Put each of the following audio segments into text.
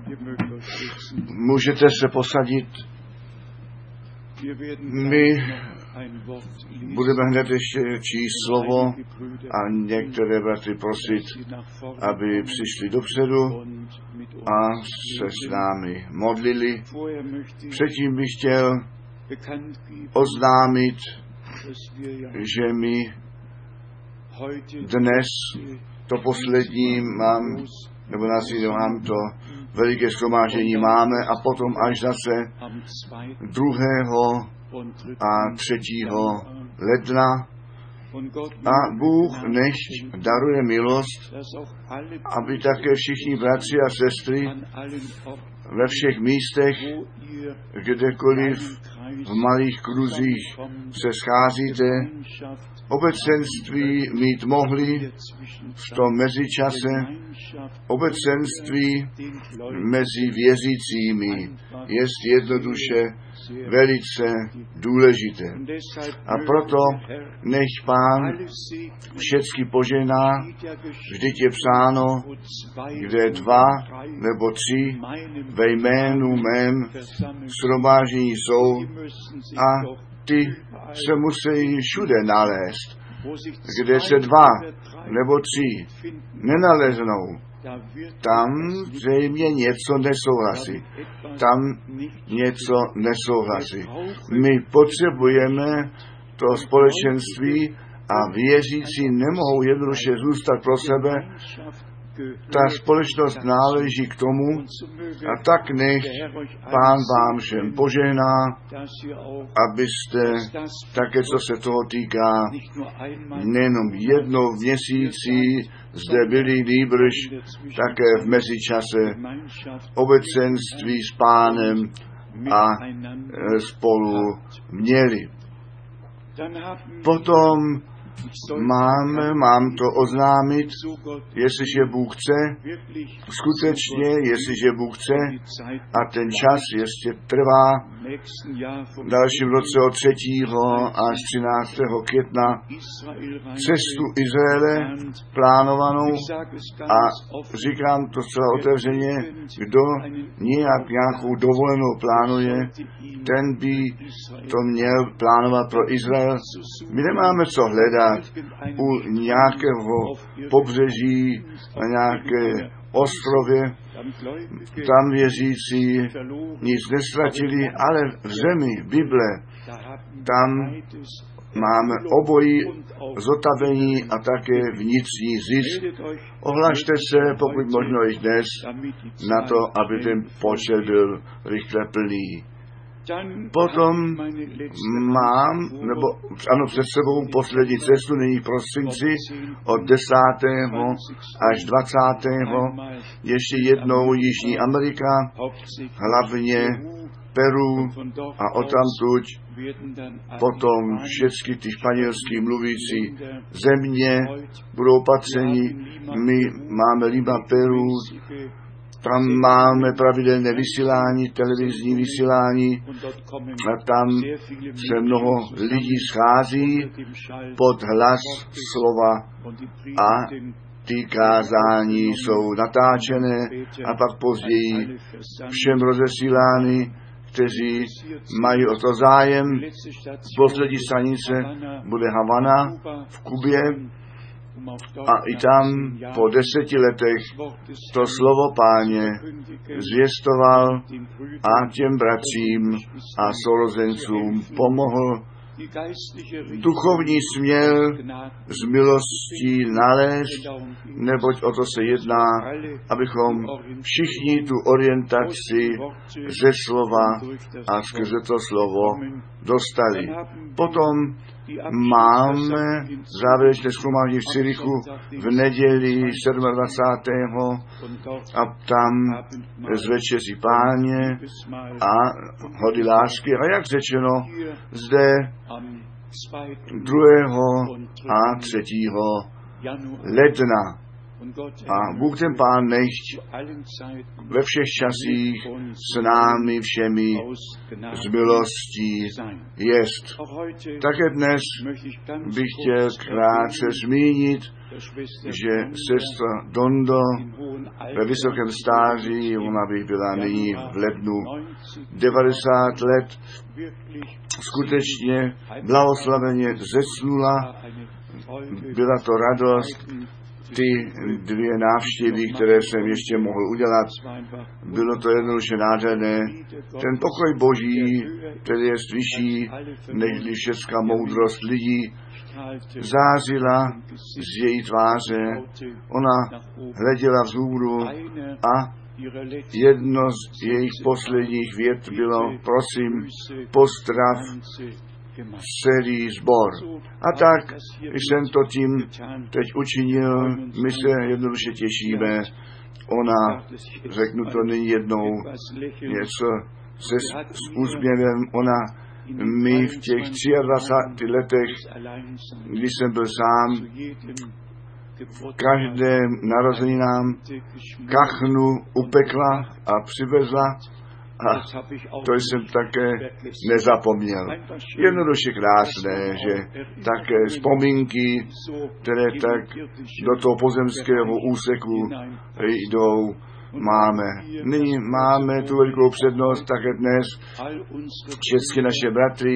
Můžete se posadit. My budeme hned ještě číst slovo a některé bratry prosit, aby přišli dopředu a se s námi modlili. Předtím bych chtěl oznámit, že my dnes to poslední mám to veliké shromáždění máme a potom až zase 2. a 3. ledna a Bůh nechť daruje milost, aby také všichni bratři a sestry ve všech místech, kdekoliv v malých kruzích se scházíte, obecenství mít mohli v tom mezičase, obecenství mezi věřícími jest jednoduše velice důležité. A proto nech Pán všecky požehná, vždyť je psáno, kde 2 nebo 3 ve jménu mém shromáždění jsou a ty se musí všude nalézt. Kde se 2 nebo 3 nenaleznou, tam zřejmě něco nesouhlasí. Tam něco nesouhlasí. My potřebujeme to společenství a věřící nemohou jednoduše zůstat pro sebe. Ta společnost náleží k tomu a tak nech Pán vám všem požehná, abyste také, co se toho týká, nejenom jednou v měsíci zde byli, nýbrž také v mezičase obecenství s Pánem a spolu měli. Potom mám to oznámit, jestliže Bůh chce, skutečně, jestliže Bůh chce, a ten čas ještě trvá, v dalším roce od 3. až 13. května cestu Izraele plánovanou a říkám to zcela otevřeně, kdo nějakou dovolenou plánuje, ten by to měl plánovat pro Izrael. My nemáme co hledat u nějakého pobřeží, na nějaké ostrově, tam věřící nic nestratili, ale v zemi Bible, tam máme obojí zotavení a také vnitřní zisk. Ohlašte se, pokud možno i dnes, na to, aby ten počet byl rychle plný. Potom mám před sebou poslední cestu, nyní v prosinci, od 10. až 20. Ještě jednou Jižní Amerika, hlavně Peru a odtamtud potom všechny ty španělsky mluvící země budou opatření. My máme Lima, Peru, tam máme pravidelné vysílání, televizní vysílání a tam se mnoho lidí schází pod hlas slova a ty kázání jsou natáčené a pak později všem rozesílány, kteří mají o to zájem. Poslední stanice bude Havana v Kubě a i tam po 10 letech to slovo Páně zvěstoval a těm bratřím a sourozencům pomohl duchovní směr z milostí nalézt, neboť o to se jedná, abychom všichni tu orientaci ze slova a skrze to slovo dostali. Potom máme závěrečné shromáždění v Cyrichu v neděli 27. a tam zvečeří Páně a hody lásky. A jak řečeno, zde 2. a 3. ledna A Bůh ten Pán nechť ve všech časích s námi všemi z milostí jest. Také dnes bych chtěl krátce zmínit, že sestra Dondo ve vysokém stáří, ona by byla nyní v lednu 90 let, skutečně blahoslaveně zesnula. Byla to radost, ty dvě návštěvy, které jsem ještě mohl udělat, bylo to jednoduše nádherné. Ten pokoj Boží, který je vyšší než všecká moudrost lidí, zářila z její tváře. Ona hleděla vzhůru a jedno z jejich posledních vět bylo: prosím, pozdrav celý sbor. A tak jsem to tím teď učinil, my se jednoduše těšíme. Ona, řeknu to nyní jednou, něco s úsměvem, ona mi v těch 23 letech, když jsem byl sám, každém narozeninám kachnu upekla a přivezla. A to jsem také nezapomněl. Jednoduše krásné, že také vzpomínky, které tak do toho pozemského úseku jdou, máme. Nyní máme tu velikou přednost také dnes všechny naše bratry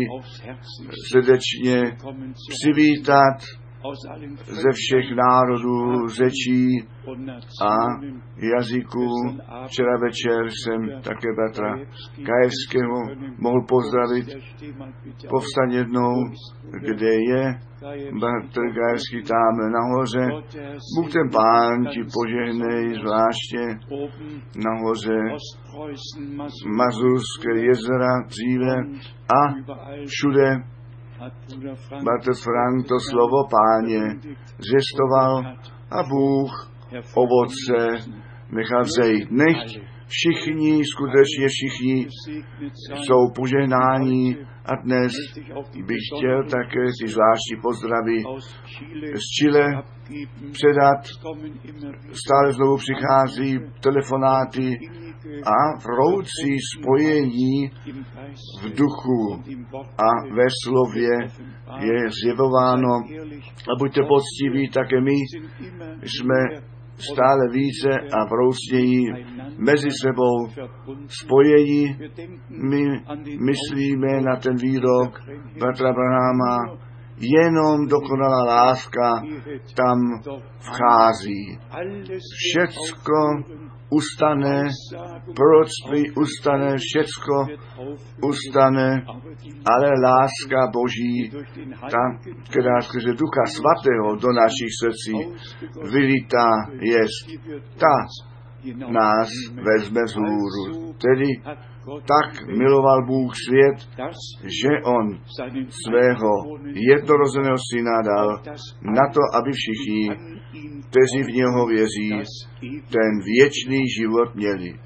srdečně přivítat ze všech národů, řečí a jazyků. Včera večer jsem také bratra Kajevského mohl pozdravit. Povstaň jednou, kde je bratr Kajevský, tam nahoře. Bůh ten Pán ti požehnej, zvláště nahoře Mazurské jezera dříve a všude. Bratr Frank to slovo Páně zvěstoval a Bůh ovoce nechal vzejít. Nechť všichni, skutečně všichni jsou požehnáni a dnes bych chtěl také ty zvláštní pozdravy z Chile předat. Stále znovu přichází telefonáty a vroucí spojení v duchu a ve slově je zjevováno. A buďte poctiví, také my jsme stále více a vroucněji mezi sebou spojení. My myslíme na ten výrok bratra Branhama, jenom dokonalá láska tam vchází. Všecko ustane, proroctví ustane, všecko ustane, ale láska Boží, ta, která skrze Ducha Svatého do našich srdcí vylitá jest, ta nás vezme vzhůru. Tedy tak miloval Bůh svět, že on svého jednorozeného syna dal na to, aby všichni, kteří v něho věří, ten věčný život měli.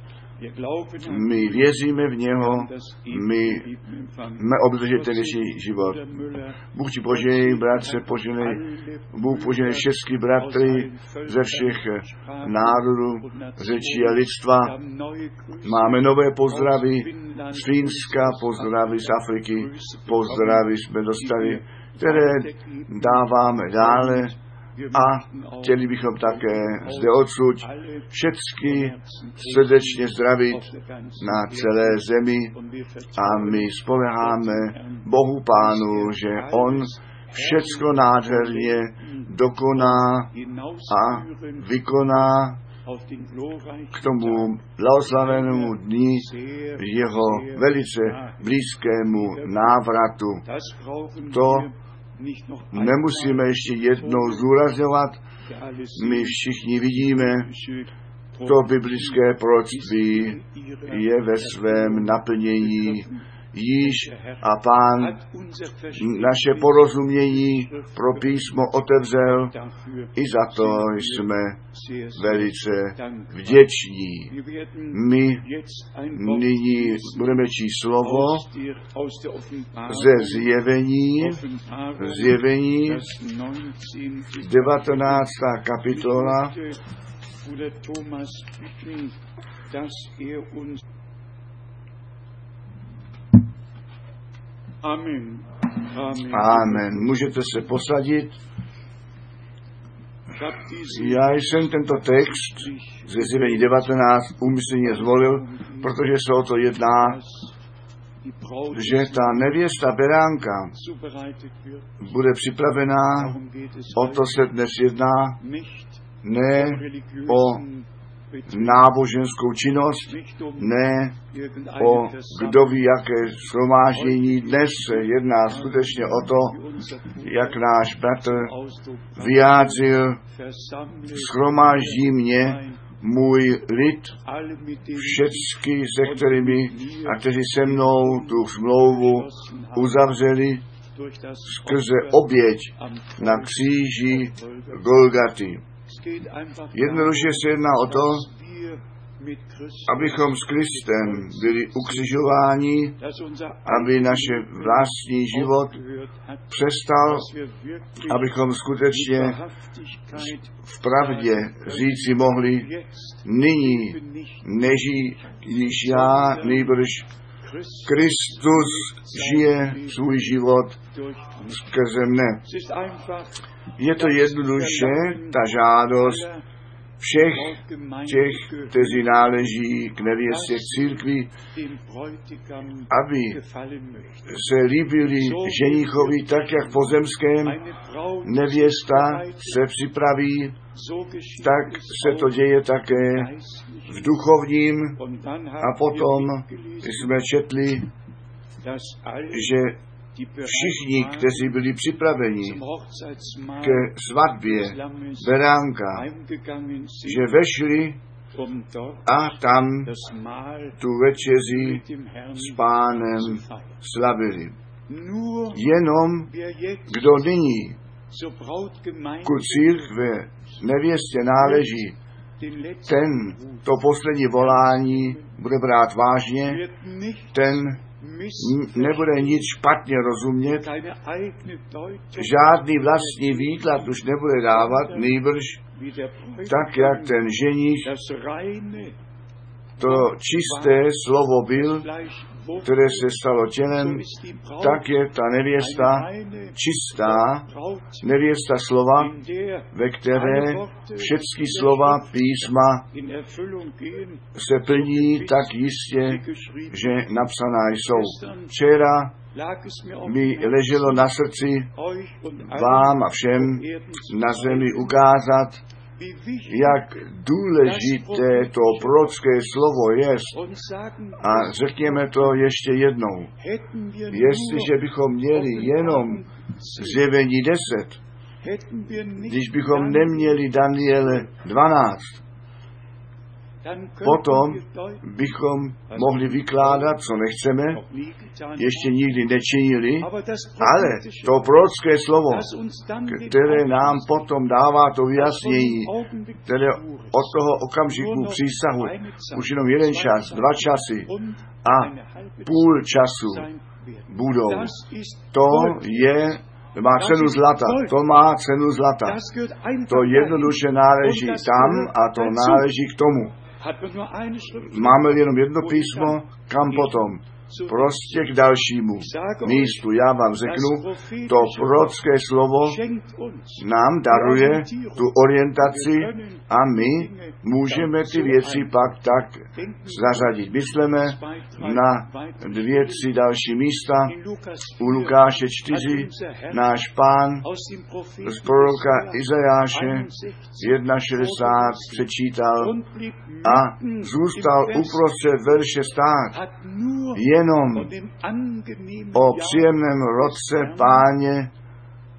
My věříme v něho, my jsme obdrželi ten věčný život. Bůh ti požehnej, bratře, požehnej, Bůh požehnej všechny bratry ze všech národů, řečí a lidstva. Máme nové pozdravy z Fínska, pozdravy z Afriky, pozdravy jsme dostali, které dáváme dále. A chtěli bychom také zde odsud všechny srdečně zdravit na celé zemi a my spoléháme Bohu Pánu, že On všecko nádherně dokoná a vykoná k tomu blahoslavenému dni jeho velice blízkému návratu. To nemusíme ještě jednou zdůrazňovat, my všichni vidíme, to biblické proroctví je ve svém naplnění, již a Pán naše porozumění pro písmo otevřel. I za to jsme velice vděční. My nyní budeme číst slovo ze Zjevení, 19. kapitola. Amen. Můžete se posadit. Já jsem tento text ze Zjevení 19 úmyslně zvolil, protože se o to jedná, že ta nevěsta beránka bude připravená. O to se dnes jedná, ne o náboženskou činnost, ne o kdo ví jaké shromáždění. Dnes se jedná skutečně o to, jak náš bratr vyjádřil: shromáždí mě můj lid, všecky, se kterými a kteří se mnou tu smlouvu uzavřeli skrze oběť na kříži Golgaty. Jednoduše se jedná o to, abychom s Kristem byli ukřižováni, aby naše vlastní život přestal, abychom skutečně v pravdě říci mohli: nyní nežijí již já, nýbrž Kristus žije svůj život skrze mne. Je to jednoduše ta žádost všech těch, kteří náleží k nevěstě, k církvi, aby se líbili ženichovi tak, jak pozemském. Nevěsta se připraví, tak se to děje také v duchovním. A potom jsme četli, že všichni, kteří byli připraveni ke svatbě beránka, že vešli a tam tu večeři s Pánem slavili. Jenom kdo nyní ku církve nevěstě náleží, ten to poslední volání bude brát vážně, ten nebude nic špatně rozumět, žádný vlastní výklad už nebude dávat, nýbrž tak, jak ten ženich to čisté slovo byl, které se stalo tělem, tak je ta nevěsta čistá, nevěsta slova, ve které všechny slova písma se plní tak jistě, že napsaná jsou. Včera mi leželo na srdci vám a všem na zemi ukázat, jak důležité to prorocké slovo je. A řekněme to ještě jednou. Jestliže bychom měli jenom Zjevení 10, když bychom neměli Daniele 12, potom bychom mohli vykládat, co nechceme, ještě nikdy nečinili, ale to prorocké slovo, které nám potom dává to vyjasnění, které od toho okamžiku přísahu už jenom jeden čas, 2 časy a půl času budou. To má cenu zlata. To má cenu zlata. To jednoduše náleží tam a to náleží k tomu. Máme jenom jedno písmo, kam potom? Prostě k dalšímu místu. Já vám řeknu, to prorocké slovo nám daruje tu orientaci a my můžeme ty věci pak tak zařadit. Myslíme na 2-3 další místa. U Lukáše 4 náš Pán z proroka Izajáše 1,60 přečítal a zůstal uprostřed verše stát. Jenom o příjemném roce Páně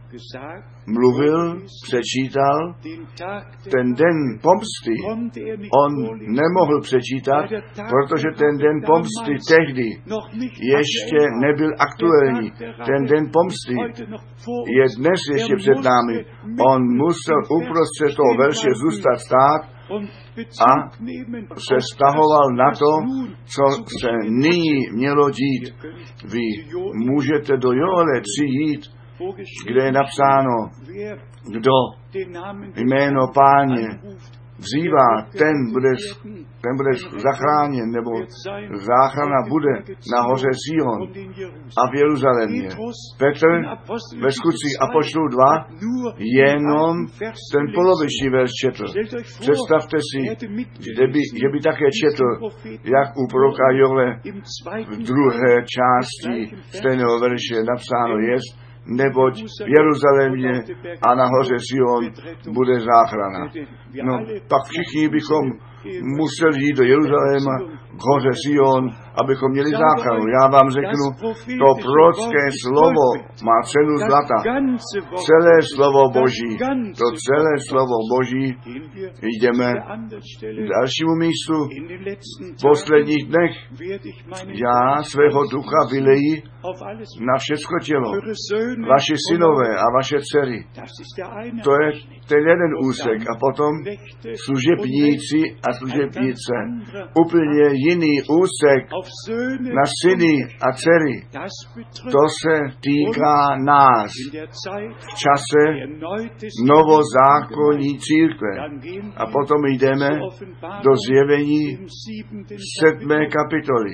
mluvil, přečítal, ten den pomsty on nemohl přečítat, protože ten den pomsty tehdy ještě nebyl aktuální. Ten den pomsty je dnes ještě před námi. On musel uprostřed toho verše zůstat stát a se stahoval na to, co se nyní mělo dít. Vy můžete do Joele 3 jít, kde je napsáno, kdo jméno Páně vzývá, ten bude zachráněn, nebo záchrana bude na hoře Sion a v Jeruzalémě. Petr ve Skutcích apoštolů 2 jenom ten poloviční verš četl. Představte si, že by také četl, jak u proroka Joele v druhé části stejného verše napsáno jest, neboť v Jeruzalémě a na hoře Sion bude záchrana. No, pak všichni bychom museli jít do Jeruzaléma, k hoře Sion, abychom měli záchranu. Já vám řeknu, to prorocké slovo má cenu zlata. Celé slovo Boží, to celé slovo Boží, jdeme k dalšímu místu. V posledních dnech já svého ducha vyleji na všecko tělo. Vaši synové a vaše dcery. To je ten jeden úsek. A potom služebníci a služebnice. Úplně jiný úsek na syny a dcery. To se týká nás v čase novozákonní církve. A potom jdeme do Zjevení 7. kapitoly.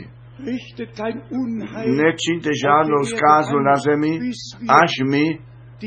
Nečiňte žádnou zkázu na zemi, až my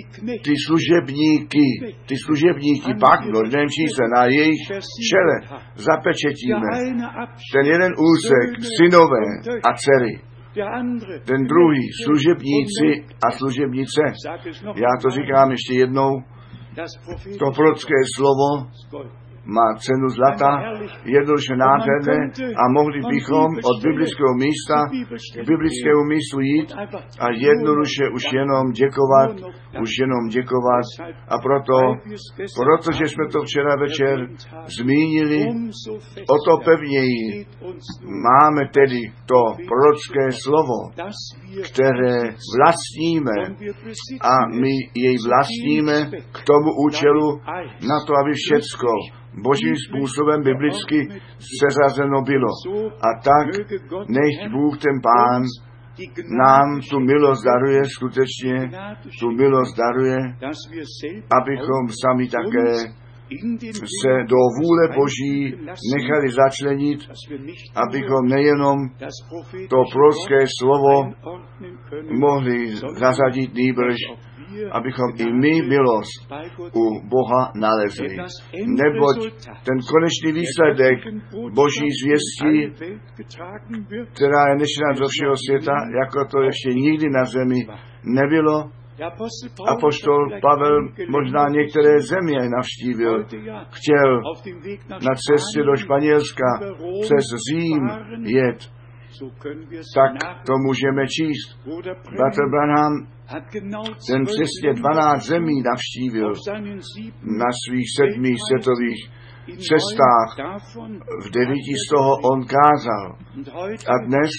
ty služebníky pak do čísle na jejich čele zapečetíme. Ten jeden úsek, synové a dcery. Ten druhý, služebníci a služebnice. Já to říkám ještě jednou. To prorocké slovo má cenu zlata, jednoduše nádherné a mohli bychom od biblického místa k biblickému místu jít a jednoduše už jenom děkovat. A protože jsme to včera večer zmínili, o to pevněji máme tedy to prorocké slovo, které vlastníme a my jej vlastníme k tomu účelu na to, aby všecko Božím způsobem biblicky seřazeno bylo. A tak nechť Bůh ten Pán nám tu milost daruje, skutečně tu milost daruje, abychom sami také se do vůle Boží nechali začlenit, abychom nejenom to prorocké slovo mohli zařadit nýbrž, abychom i my milost u Boha nalezli. Neboť ten konečný výsledek Boží zvěstí, která je nešena do všeho světa, jako to ještě nikdy na zemi nebylo. Apoštol Pavel možná některé země navštívil. Chtěl na cestě do Španělska přes Řím jet. Tak to můžeme číst. Bratr Branham ten přesně 12 zemí navštívil na svých 7 světových cestách. V 9 z toho on kázal. A dnes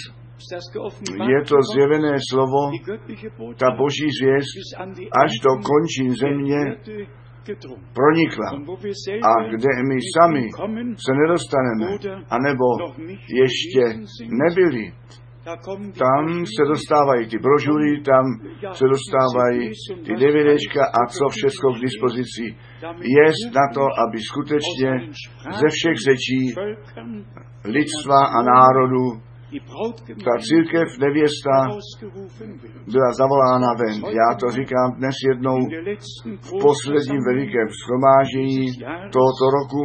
je to zjevené slovo, ta Boží zvěst, až do končin země pronikla. A kde my sami se nedostaneme, anebo ještě nebyli, tam se dostávají ty brožury, tam se dostávají ty DVDčka a co všechno k dispozici jest na to, aby skutečně ze všech řečí lidstva a národů ta církev nevěsta byla zavolána ven. Já to říkám dnes jednou v posledním velikém shromáždění tohoto roku,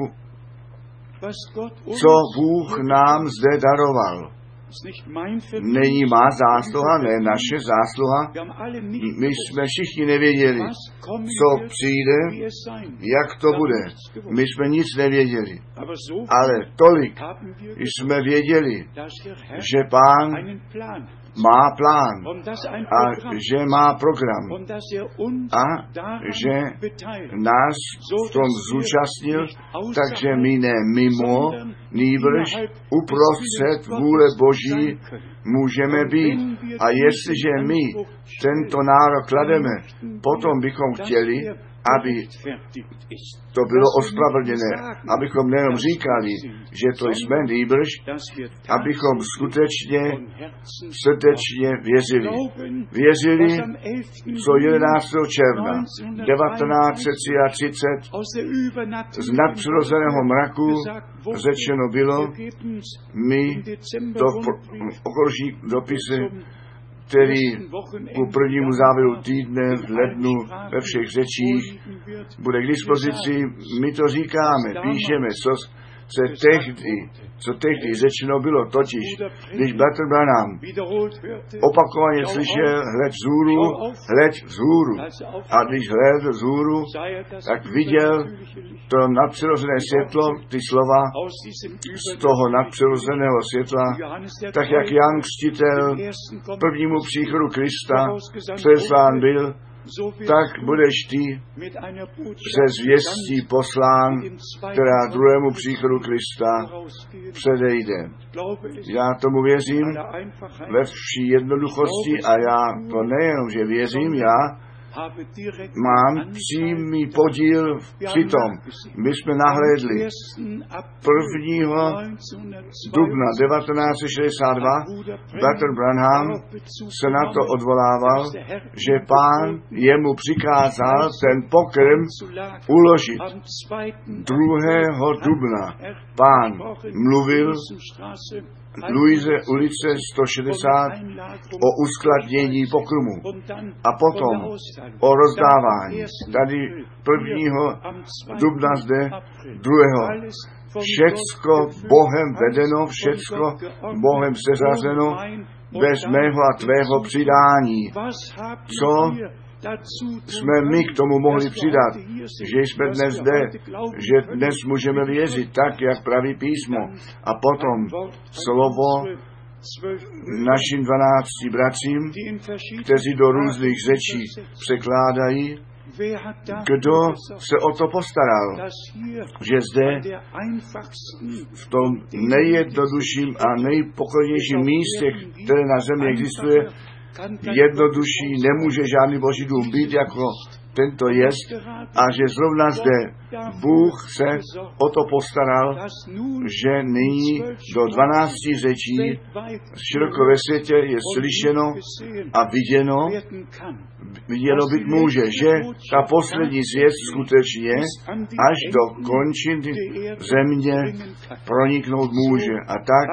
co Bůh nám zde daroval. Není má zásluha, ne naše zásluha. My jsme všichni nevěděli, co přijde, jak to bude. My jsme nic nevěděli. Ale tolik jsme věděli, že Pán má plán a že má program a že nás v tom zúčastnil, takže my ne mimo, nýbrž uprostřed vůle Boží můžeme být. A jestliže my tento nárok klademe, potom bychom chtěli, aby to bylo ospravedlněné, abychom nejenom říkali, že to jsme, nýbrž, abychom skutečně srdečně věřili. Věřili, co 11. června 1933 z nadpřirozeného mraku řečeno bylo, my to okoloží dopise, který ku prvnímu závěru týdne v lednu ve všech řečích bude k dispozici. My to říkáme, píšeme, co tehdy řečeno bylo, totiž, když Bratr Branham opakovaně slyšel hleď vzhůru. A když hledl vzhůru, tak viděl to nadpřirozené světlo, ty slova z toho nadpřirozeného světla, tak jak Jan Křtitel prvnímu příchodu Krista přeslán byl, tak budeš ty se zvěstí poslán, která druhému příchodu Krista předejde. Já tomu věřím ve vší jednoduchosti a já to nejenom, že věřím, já mám přímý podíl při tom. My jsme nahlédli 1. dubna 1962, Bratr Branham se na to odvolával, že Pán jemu přikázal ten pokrm uložit. 2. dubna Pán mluvil Louise ulice 160 o uskladnění pokrmu a potom o rozdávání. Tady 1. dubna zde 2. Všecko Bohem vedeno, všecko Bohem seřazeno, bez mého a tvého přidání. Co jsme my k tomu mohli přidat, že jsme dnes zde, že dnes můžeme věřit tak, jak praví písmo. A potom slovo našim 12 bratřím, kteří do různých řečí překládají, kdo se o to postaral, že zde v tom nejjednodušším a nejpokornějším místě, které na zemi existuje, jednodušší nemůže žádný boží dům být jako tento jest a že zrovna zde Bůh se o to postaral, že nyní do 12 řečí široko ve světě je slyšeno a viděno být může, že ta poslední zvěst skutečně až do končiny země proniknout může. A tak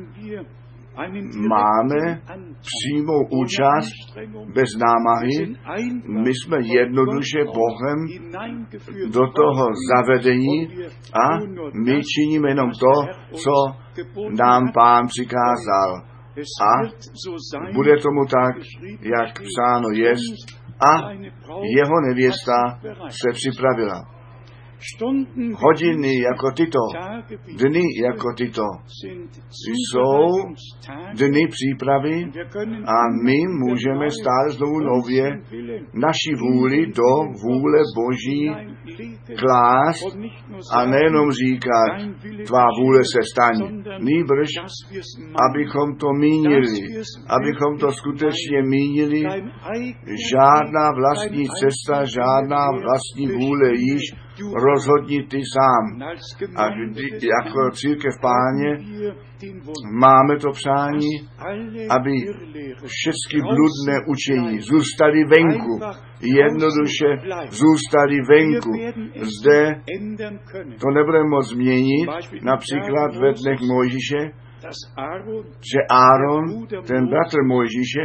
máme přímou účast bez námahy. My jsme jednoduše Bohem do toho zavedení a my činíme jenom to, co nám Pán přikázal. A bude tomu tak, jak psáno jest, a jeho nevěsta se připravila. Hodiny jako tyto, dny jako tyto jsou dny přípravy a my můžeme stále znovu nově naši vůli do vůle Boží klást a nejenom říkat, tvá vůle se staň, nýbrž, abychom to mínili, abychom to skutečně mínili, žádná vlastní cesta, žádná vlastní vůle již, rozhodni ty sám. A jako církev Páně máme to přání, aby všechny bludné učení zůstaly venku. Jednoduše zůstaly venku. Zde to nebudeme moct změnit, například ve dnech Mojžíše, že Áron, ten bratr Mojžíše,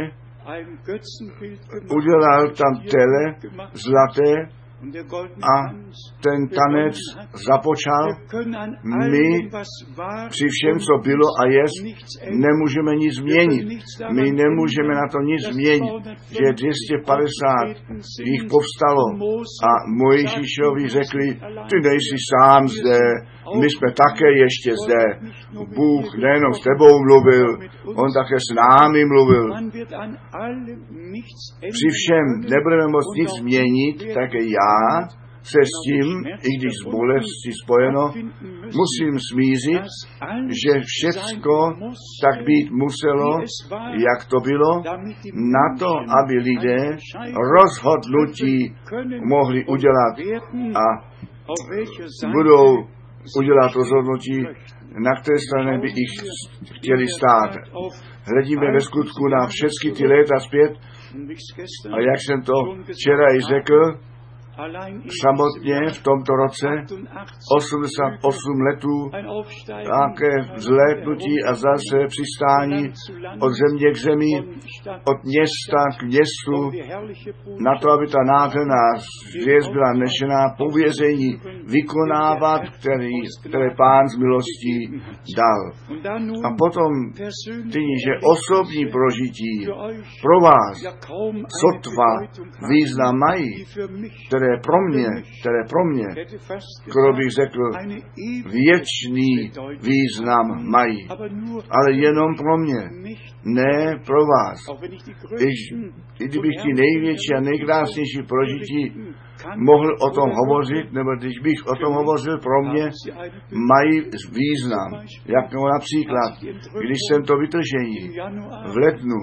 udělal tam tele zlaté a ten tanec započal. My při všem, co bylo a jest, nemůžeme nic změnit. My nemůžeme na to nic změnit, že 250 jich povstalo a Mojžíšovi řekli, ty nejsi sám zde, my jsme také ještě zde. Bůh nejenom s tebou mluvil, on také s námi mluvil. Při všem nebudeme moct nic změnit, také já se s tím, i když s bolestí spojeno, musím smířit, že všecko tak být muselo, jak to bylo, na to, aby lidé rozhodnutí mohli udělat a budou udělat rozhodnutí, na které straně by jich chtěli stát. Hledíme ve skutku na všechny ty léta zpět a jak jsem to včera i řekl, samotně v tomto roce 88 letů také vzlétnutí a zase přistání od země k zemi, od města k městu, na to, aby ta nádherná zvěst byla nešená, pověření vykonávat, které Pán z milostí dal. A potom ty, že osobní prožití pro vás sotva význam mají, které pro mě, skoro bych řekl, věčný význam mají. Ale jenom pro mě, ne pro vás. I kdybych ti největší a nejkrásnější prožití mohl o tom hovořit, nebo když bych o tom hovořil, pro mě mají význam. Jak například, když jsem to vytržení v lednu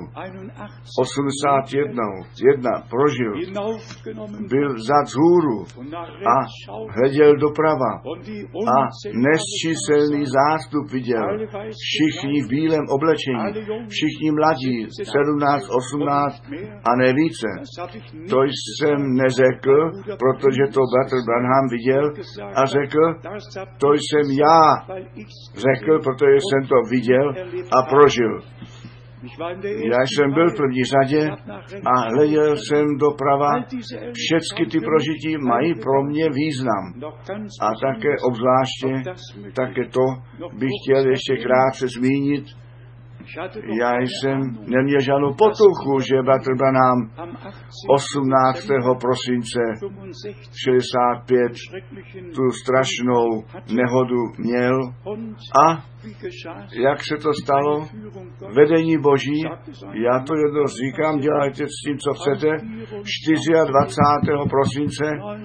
81 prožil, byl vzat vzhůru a hleděl doprava a nesčíselný zástup viděl. Všichni v bílém oblečení, všichni mladí, 17, 18 a ne více. To jsem neřekl, protože to bratr Branham viděl a řekl, to jsem já řekl, protože jsem to viděl a prožil. Já jsem byl v první řadě a hleděl jsem doprava. Všechny ty prožití mají pro mě význam. A také obzvláště, také to bych chtěl ještě krátce zmínit. Já jsem neměl žádnou potuchu, že bratr Branham 18. prosince 65 tu strašnou nehodu měl a jak se to stalo? Vedení Boží, já to jedno říkám, dělejte s tím, co chcete, 24. prosince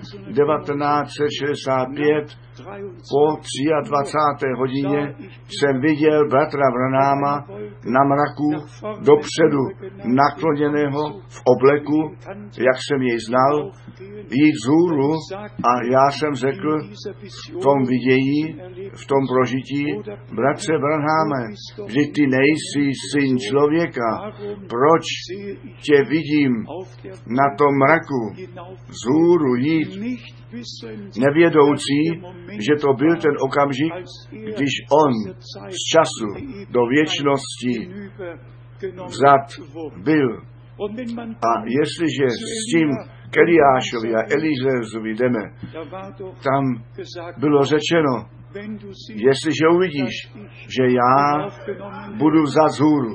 1965 po 23. hodině jsem viděl bratra Branhama na mraku dopředu nakloněného v obleku, jak jsem jej znal, jít vzhůru a já jsem řekl v tom vidění, v tom prožití, bratře Branhame, vždyť ty nejsi syn člověka, proč tě vidím na tom mraku vzhůru jít, nevědoucí, že to byl ten okamžik, když on z času do věčnosti vzat byl. A jestliže s tím k Eliášovi a Elizezovi jdeme, tam bylo řečeno, jestliže uvidíš, že já budu vzat vzhůru.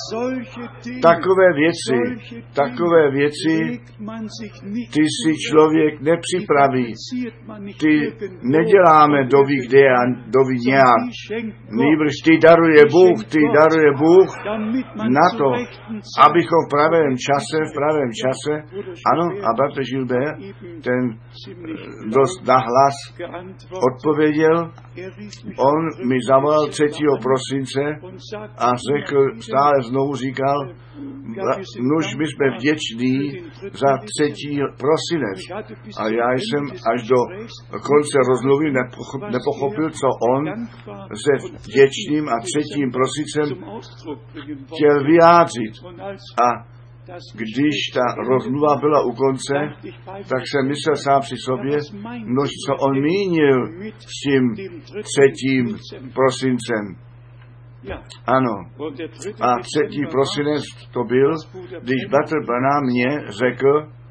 Takové věci, ty si člověk nepřipraví. Ty neděláme doví kde a doví nějak. Nýbrž ty daruje Bůh na to, abychom v pravém čase, ano, a bratr Gilbert, ten dost nahlas odpověděl, on mi zavolal 3. prosince a řekl, stále znovu říkal, nuž my jsme vděční za 3. prosinec. A já jsem až do konce rozmluvy nepochopil, co on se vděčným a 3. prosincem chtěl vyjádřit. A když ta rozmluva byla u konce, tak jsem myslel sám při sobě, nož co on mínil s tím 3. prosincem. Ano. A 3. prosinec to byl, když bratr Branham mě řekl,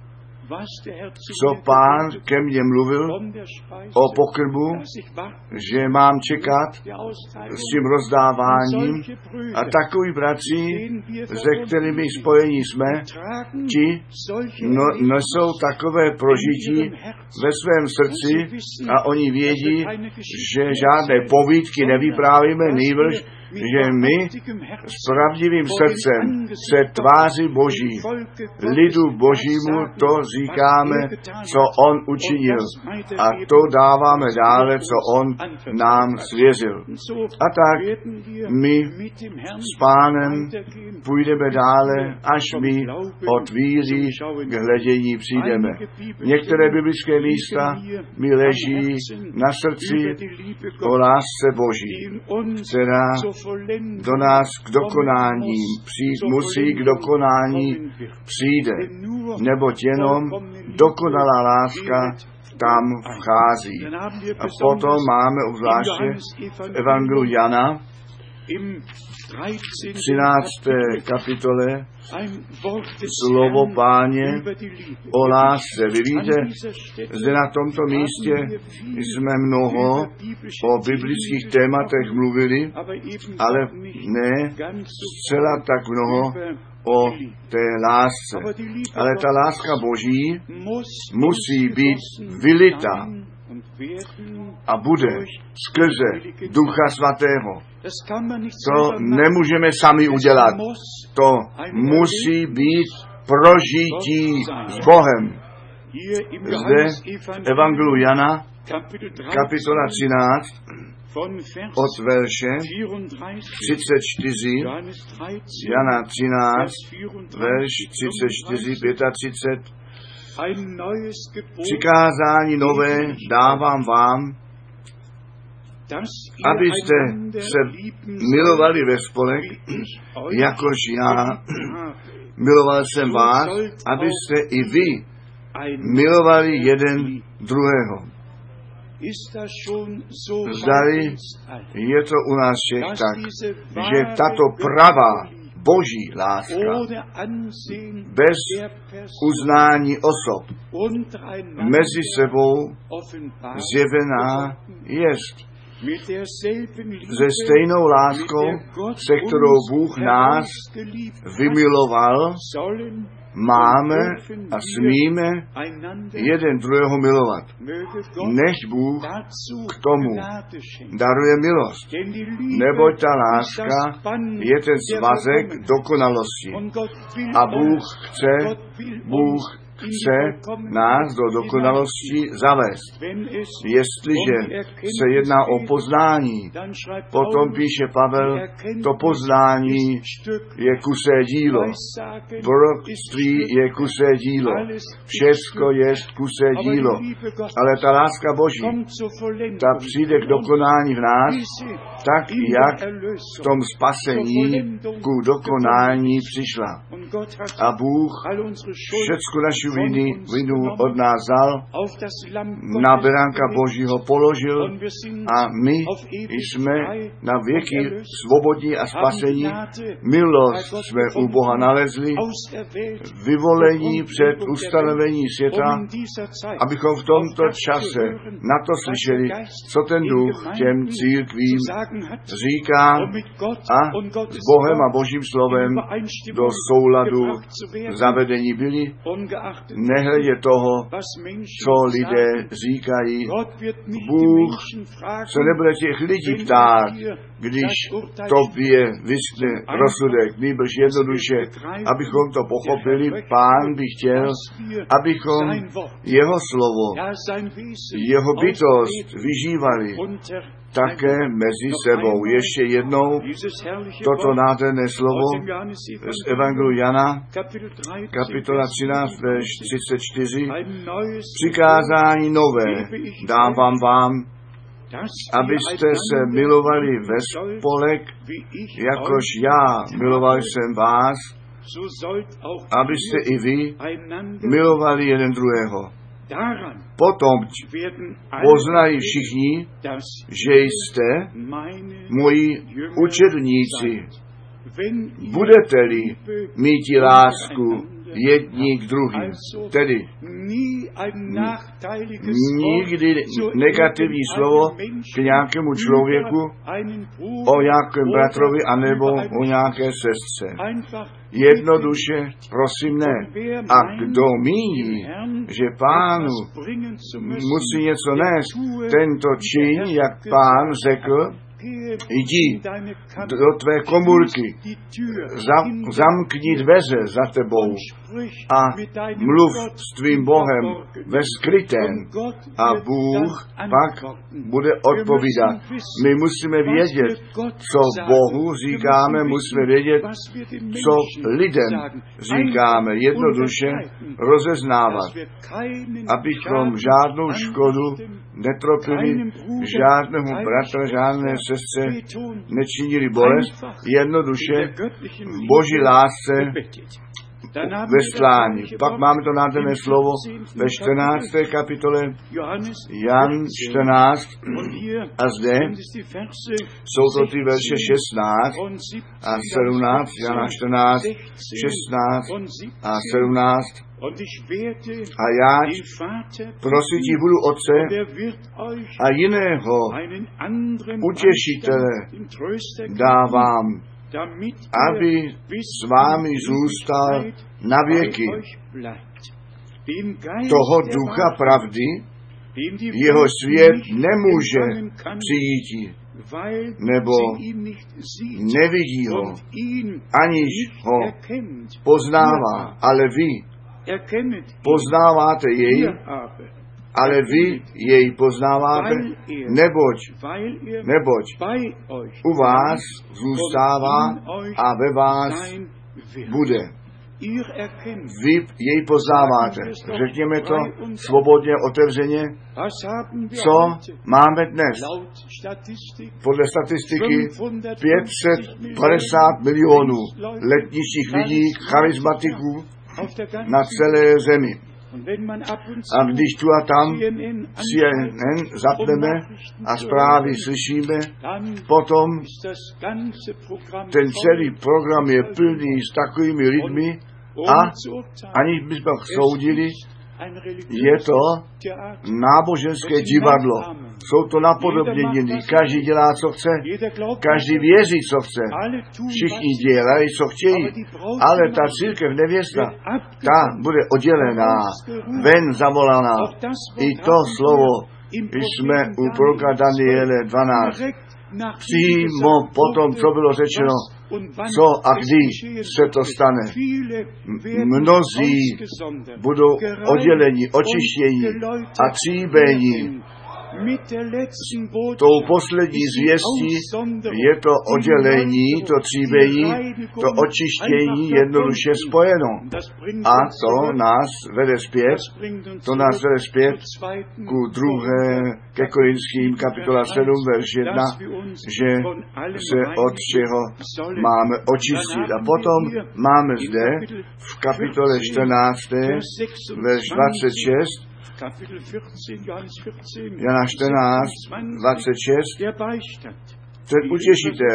co Pán ke mně mluvil o pokrbu, že mám čekat s tím rozdáváním, a takový bratři, se kterými spojení jsme, ti nesou takové prožití ve svém srdci a oni vědí, že žádné povídky nevyprávíme, nýbrž že my s pravdivým srdcem se tváří Boží, lidu Božímu to říkáme, co on učinil, a to dáváme dále, co on nám svěřil. A tak my s Pánem půjdeme dále, až my od víry k hledění přijdeme. Některé biblické místa mi leží na srdci o lásce Boží, která do nás k dokonání musí, k dokonání přijde, neboť jenom dokonalá láska tam vchází. A potom máme obzvláště v Evangeliu Jana v 13. kapitole slovo Páně o lásce. Vy víte, že na tomto místě jsme mnoho o biblických tématech mluvili, ale ne zcela tak mnoho o té lásce. Ale ta láska Boží musí být vylita a bude skrze Ducha Svatého. To nemůžeme sami udělat. To musí být prožití s Bohem. Zde Evangeliu Jana, kapitola 13, od verše 34, Jana 13, verš 34, 35, přikázání nové dávám vám, abyste se milovali ve spolek, jakož já miloval jsem vás, abyste i vy milovali jeden druhého. Zdali je to u nás všech tak, že tato pravá Boží láska bez uznání osob mezi sebou zjevená jest. Se stejnou láskou, se kterou Bůh nás vymiloval, máme a smíme jeden druhého milovat. Nech Bůh k tomu daruje milost, neboť ta láska je ten svazek dokonalosti. A Bůh chce nás do dokonalosti zavést. Jestliže se jedná o poznání, potom píše Pavel, to poznání je kusé dílo. Proroctví je kusé dílo. Všecko je kusé dílo. Ale ta láska Boží, ta přijde k dokonání v nás, tak jak v tom spasení ku dokonání přišla. A Bůh všecku naši vinu od nás vzal, na beránka Božího položil a my jsme na věky svobodní a spasení. Milost jsme u Boha nalezli, vyvolení před ustanovení světa, abychom v tomto čase na to slyšeli, co ten Duch těm církvím říká a s Bohem a Božím slovem do souladu zavedení byli, nehledě toho, co lidé říkají. Bůh se nebude těch lidí ptát, když tobě vyskne rozsudek, nýbrž jednoduše, abychom to pochopili. Pán by chtěl, abychom jeho slovo, jeho bytost vyžívali také mezi sebou. Ještě jednou toto nádherné slovo z Evangeliu Jana, kapitola 13, verš 34. Přikázání nové dávám vám, abyste se milovali ve spolek, jakož já miloval jsem vás, abyste i vy milovali jeden druhého. Potom poznají všichni, že jste moji učedníci. Budete-li míti lásku jedni k druhým. Tedy nikdy negativní slovo k nějakému člověku, o nějakém bratrovi anebo o nějaké sestře. Jednoduše, prosím ne. A kdo míní, že Pánu musí něco nést, tento čiň, jak Pán řekl, jdi do tvé komůrky, zamkni dveře za tebou a mluv s tvým Bohem ve skrytém a Bůh pak bude odpovídat. My musíme vědět, co Bohu říkáme, musíme vědět, co lidem říkáme, jednoduše rozeznávat, abychom žádnou škodu netropili, žádnému bratra, žádné sestře nečinili bolest, jednoduše v Boží lásce veslání. Pak máme to nádherné slovo ve 14. kapitole Jan 14 a zde jsou to ty verše 16 a 17, Jana 14, 16 a 17. A já prosit ti budu Otce a jiného utěšitele dávám, aby s vámi zůstal na věky. Toho ducha pravdy, jeho svět nemůže přijít, nebo nevidí ho, aniž ho poznává, ale vy poznáváte jej, ale vy jej poznáváte, neboť u vás zůstává a ve vás bude. Vy jej poznáváte. Řekněme to svobodně, otevřeně. Co máme dnes? Podle statistiky 550 milionů letničních lidí, charismatiků na celé zemi. A když tu a tam CNN zapneme a zprávy slyšíme, potom ten celý program je plný s takovými lidmi a aniž bychom soudili, je to náboženské divadlo. Jsou to napodobnění. Každý dělá, co chce. Každý věří, co chce. Všichni dělají, co chtějí. Ale ta církev nevěsta, ta bude oddělená, ven zavolaná. I to slovo jsme u proroka Daniele 12. Přímo potom, co bylo řečeno, co a kdy se to stane. Mnozí budou odděleni, očištění a tříbení. Tou poslední zvěstí je to oddělení, to tříbení, to očištění jednoduše spojeno. A to nás vede zpět ku 2. ke Korinským kapitola 7, verš 1, že se od čeho máme očistit. A potom máme zde v kapitole 14, verš 26, Jana 14, 26, ten utěšitel,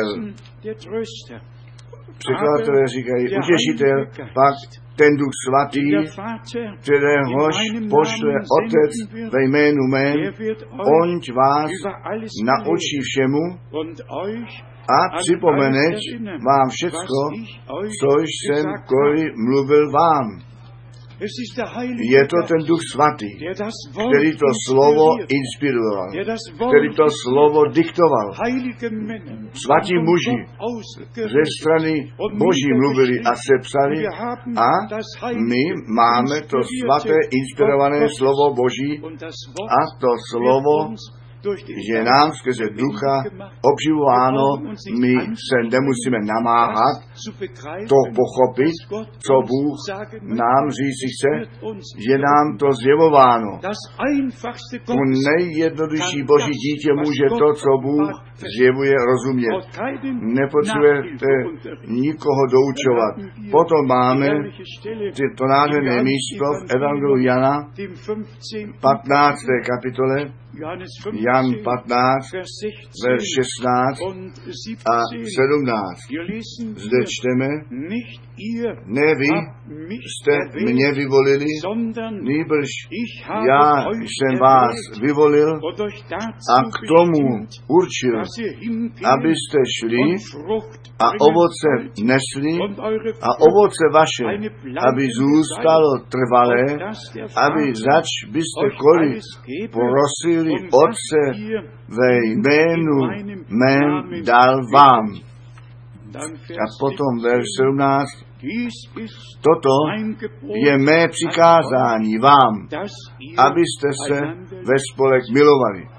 překladatelé říkají, utěšitel, pak ten Duch Svatý, kteréhož pošle Otec ve jménu mém, on vás naučí všemu a připomeneč vám všecko, což jsem kvůli mluvil vám. Je to ten Duch Svatý, který to slovo inspiroval, který to slovo diktoval. Svatí muži ze strany Boží mluvili a sepsali a my máme to svaté inspirované slovo Boží a to slovo je nám skrze ducha obživováno, my se nemusíme namáhat to pochopit, co Bůh nám říci chce, je nám to zjevováno. U nejjednodušší Boží dítě může to, co Bůh zjevuje, rozumět. Nepotřebujete nikoho doučovat. Potom máme to nádherné místo v Evangeliu Jana, 15. kapitole, Jan 15, verš 16 a 17. Zde čteme, ne vy jste mě vyvolili, nýbrž já jsem vás vyvolil a k tomu určil, abyste šli a ovoce nesli a ovoce vaše, aby zůstalo trvalé, aby zač byste koli prosili Otce ve jménu mém dal vám. A potom verš 17. Toto je mé přikázání vám, abyste se ve spolek milovali.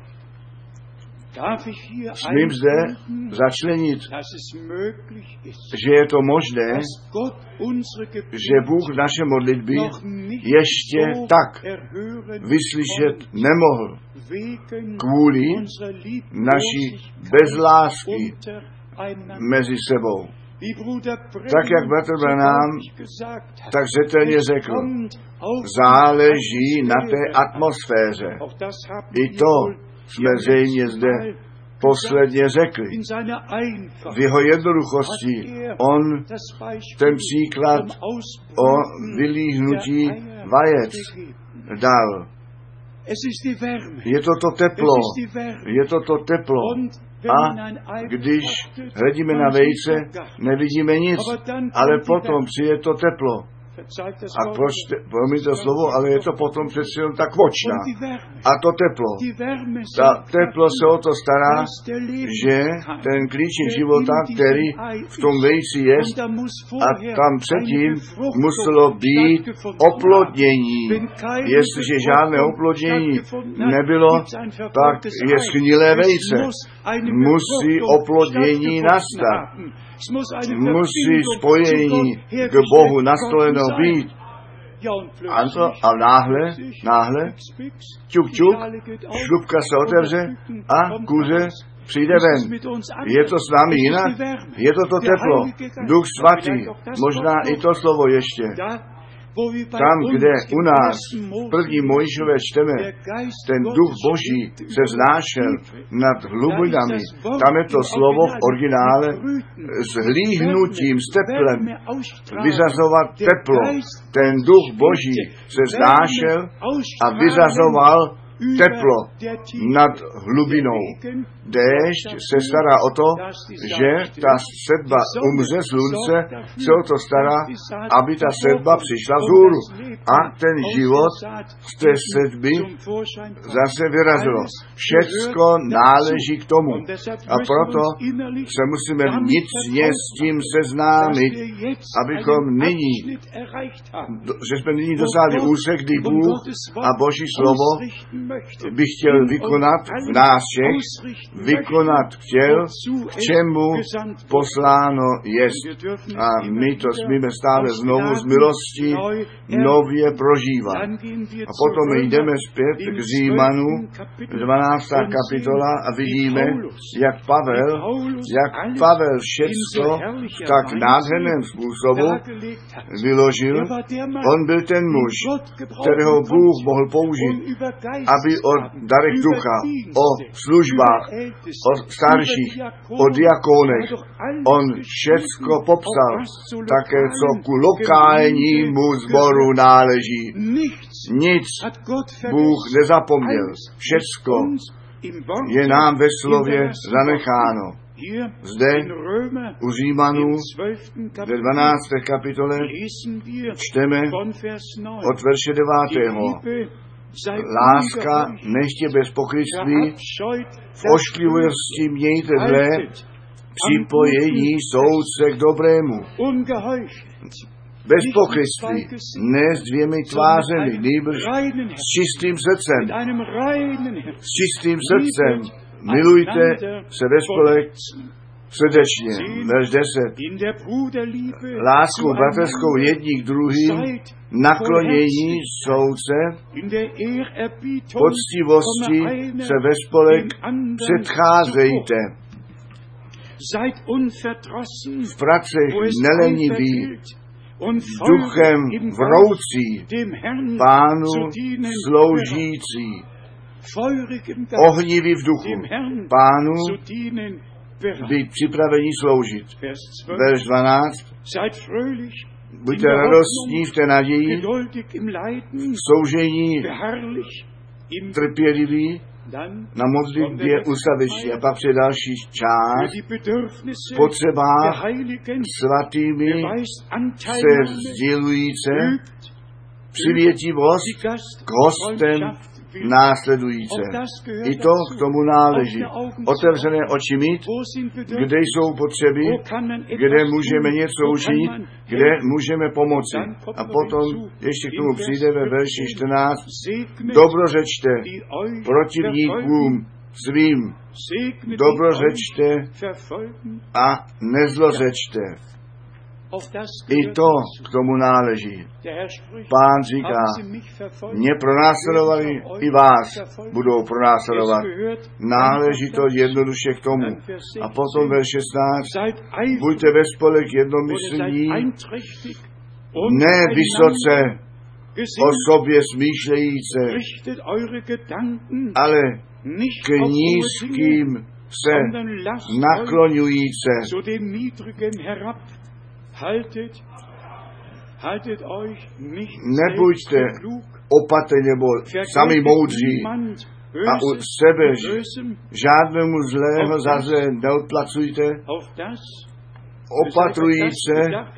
Smím zde začlenit, že je to možné, že Bůh naše modlitby ještě tak vyslyšet nemohl kvůli naší bezlásky mezi sebou. Tak, jak bratr Branham tak zřetelně řekl, záleží na té atmosféře. I to jsme zřejmě zde posledně řekli. V jeho jednoduchosti on ten příklad o vylíhnutí vajec dal. Je to to teplo. Je to to teplo. A když hledíme na vejce, nevidíme nic, ale potom přijde to teplo. A promiň to slovo, ale je to potom přeci jenom tak vočná. A to teplo. Ta teplo se o to stará, že ten klíček života, který v tom vejci je, a tam předtím muselo být oplodnění. Jestliže žádné oplodnění nebylo, tak je schnilé vejce. Musí oplodnění nastat. Musí spojení k Bohu nastoleno být. A náhle, čuk, šlupka se otevře a kuře přijde ven. Je to s námi jinak? Je to teplo. Duch svatý, možná i to slovo ještě. Tam, kde u nás první Mojžíšové čteme, ten duch Boží se vznášel nad hlubinami, tam je to slovo v originále s hlíhnutím, s teplem, vyzazovat teplo. Ten duch Boží se vznášel a vyzazoval teplo nad hlubinou. Déšť se stará o to, že ta sedba umře, slunce se o to stará, aby ta sedba přišla vzhůru. A ten život z té sedby zase vyrazilo. Všecko náleží k tomu. A proto se musíme vnitřně s tím seznámit, abychom nyní, že jsme nyní dosáhli úsek, kdy Bůh a Boží slovo by chtěl vykonat v nás všech, vykonat chtěl, k čemu posláno jest. A my to smíme stále znovu z milostí nově prožívat. A potom jdeme zpět k Římanu, 12. kapitola a vidíme, jak Pavel všecko v tak nádherném způsobu vyložil. On byl ten muž, kterého Bůh mohl použít, aby o darech ducha, o službách, o starších, o diakonech, on všecko popsal, také co ku lokálnímu sboru náleží. Nic Bůh nezapomněl, všecko je nám ve slově zanecháno. Zde u Římanů ve 12. kapitole čteme od verše 9. Láska nechtě bez pokrytství, v ošklivosti mějte zlé, připojení soudce k dobrému. Bez pokrytství, ne s dvěmi tvářemi, nýbrž s čistým srdcem. S čistým srdcem milujte se ve spolek srdečně. Verš 10. Láskou bratrskou jední k druhým, naklonění soudce, poctivosti se ve spolek předcházejte. V pracech neleniví, duchem vroucí, Pánu sloužící. ohnivý v duchu, Pánu být připraveni sloužit. Verš 12. Buďte radostní v té naději, v soužení trpěliví, na modlitbě ustavičně. A pak před další část v potřebách svatými se sdělujíce přivětivost k hostem následujíce. I to k tomu náleží. Otevřené oči mít, kde jsou potřeby, kde můžeme něco učinit, kde můžeme pomoci. A potom ještě k tomu přijde ve verši 14. Dobrořečte protivníkům svým, dobrořečte a nezlořečte. I to k tomu náleží. Pán říká, mě pronásledovali, i vás budou pronásledovat. Náleží to jednoduše k tomu. A potom verš 16. Buďte ve spolek jednomyslní, ne vysoce o sobě smýšlejíce, ale k nízkým se nakloňujíce. Nebuďte opatrní nebo sami moudří a u sebe žádnému zlého za zlé neodplacujte, opatrujíce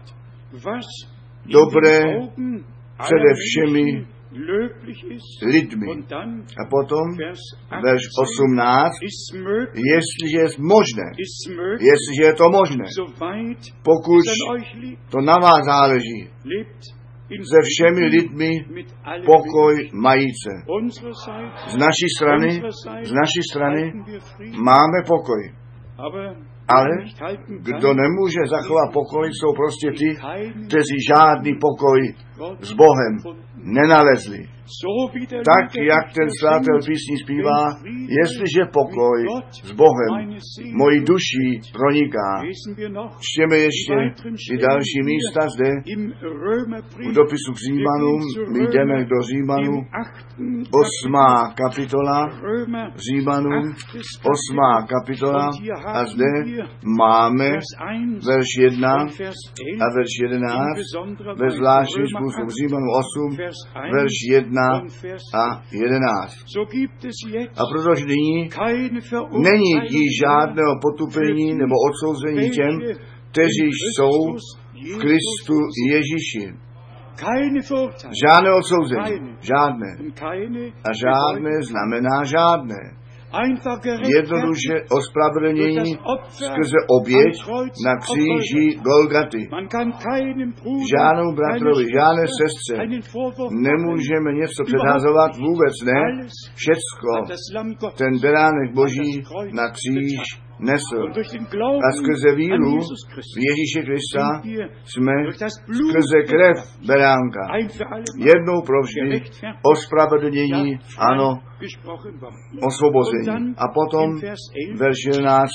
dobré přede všemi lidmi. A potom verš 18, jestliže je možné, jestliže je to možné, pokud to na vás záleží, se všemi lidmi pokoj majíce. Z naší strany máme pokoj. Ale kdo nemůže zachovat pokoj, jsou prostě ti, kteří žádný pokoj s Bohem nenalezli. Tak, jak ten skladatel písní zpívá, jestliže pokoj s Bohem mojí duší proniká. Čtěme ještě i další místa zde u dopisu k Římanům. My jdeme do Římanů, 8. kapitola, Římanům, 8. kapitola, a zde máme verš 1 a verš 11, ve zvláštním způsobu Římanů 8, verš 1 a 11. A protože nyní není již žádného potupení nebo odsouzení těm, kteří jsou v Kristu Ježíši. Žádné odsouzení, žádné. A žádné znamená žádné. Jednoduše ospravedlnění skrze oběť na kříži Golgaty. Žádnou bratrovi, žádné sestře nemůžeme něco předhazovat, vůbec ne. Všecko ten beránek Boží na kříž nesl. A skrze víru v Ježíše Krista jsme skrze krev beránka jednou provždy ospravedlnění, ano, osvobození. A potom verš 11.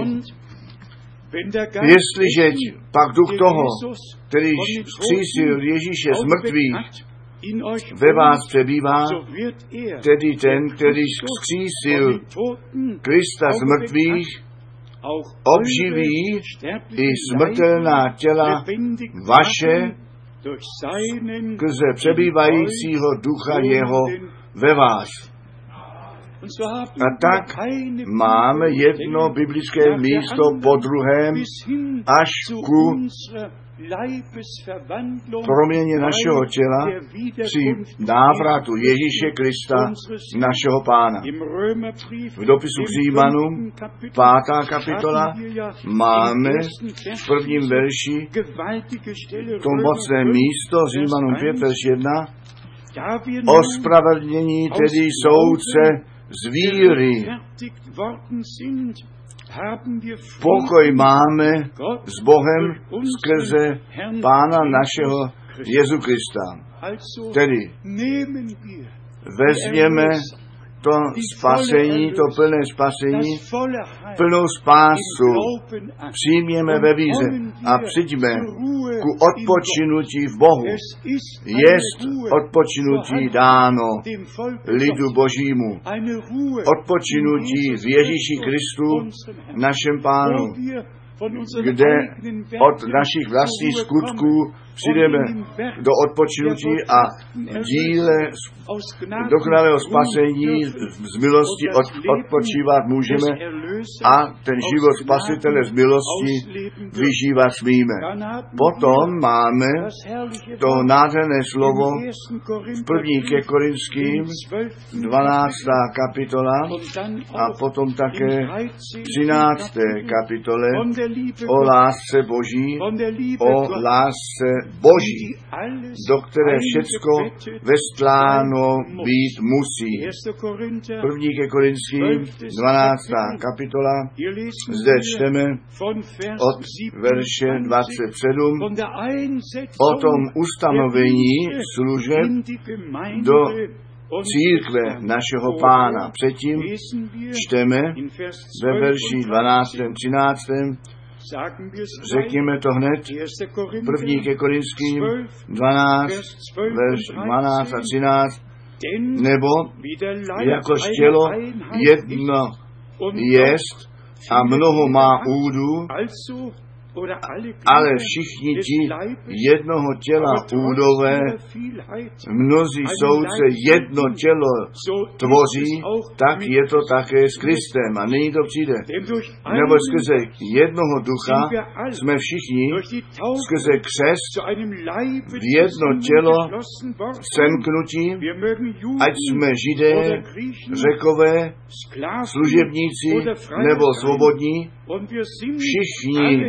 Jestliže pak duch toho, který vzkřísil Ježíše z mrtvých, ve vás přebývá, tedy ten, který vzkřísil Krista z mrtvých, obživí i smrtelná těla vaše skrze přebývajícího ducha jeho ve vás. A tak máme jedno biblické místo po druhém až ku proměně našeho těla při návratu Ježíše Krista, našeho Pána. V dopisu k Římanům, 5. kapitola, máme v prvním verši to mocné místo, Římanům 5, verš 1, ospravedlnění tedy soudce z víry. Pokoj máme s Bohem skrze Pána našeho Jezu Krista. Tedy vezměme to spasení, to plné spasení, plnou spásu přijměme ve víře a přijďme ku odpočinutí v Bohu. Jest odpočinutí dáno lidu Božímu. Odpočinutí v Ježíši Kristu, našem Pánu, kde od našich vlastních skutků přijdeme do odpočinutí a díle dokonalého spasení z milosti odpočívat můžeme a ten život spasitele z milosti vyžívat smíme. Potom máme to nádherné slovo v 1. ke Korinským 12. kapitola a potom také 13. kapitole o lásce Boží, o lásce Boží, do které všecko vestláno být musí. 1. ke Korinským 12. kapitola, zde čteme od verše 27 o tom ustanovení služeb do církve našeho Pána. Předtím čteme ve verši 12. 13. Řekněme to hned, 1. ke Korinským 12, verš 12 a 13, nebo jakož tělo jedno jest a mnoho má údů, ale všichni ti jednoho těla údové, mnozí soudce jedno tělo tvoří, tak je to také s Kristem. A nyní to přijde. Nebo skrze jednoho ducha jsme všichni skrze křest v jedno tělo semknutí, ať jsme Židé, Řekové, služebníci nebo svobodní, všichni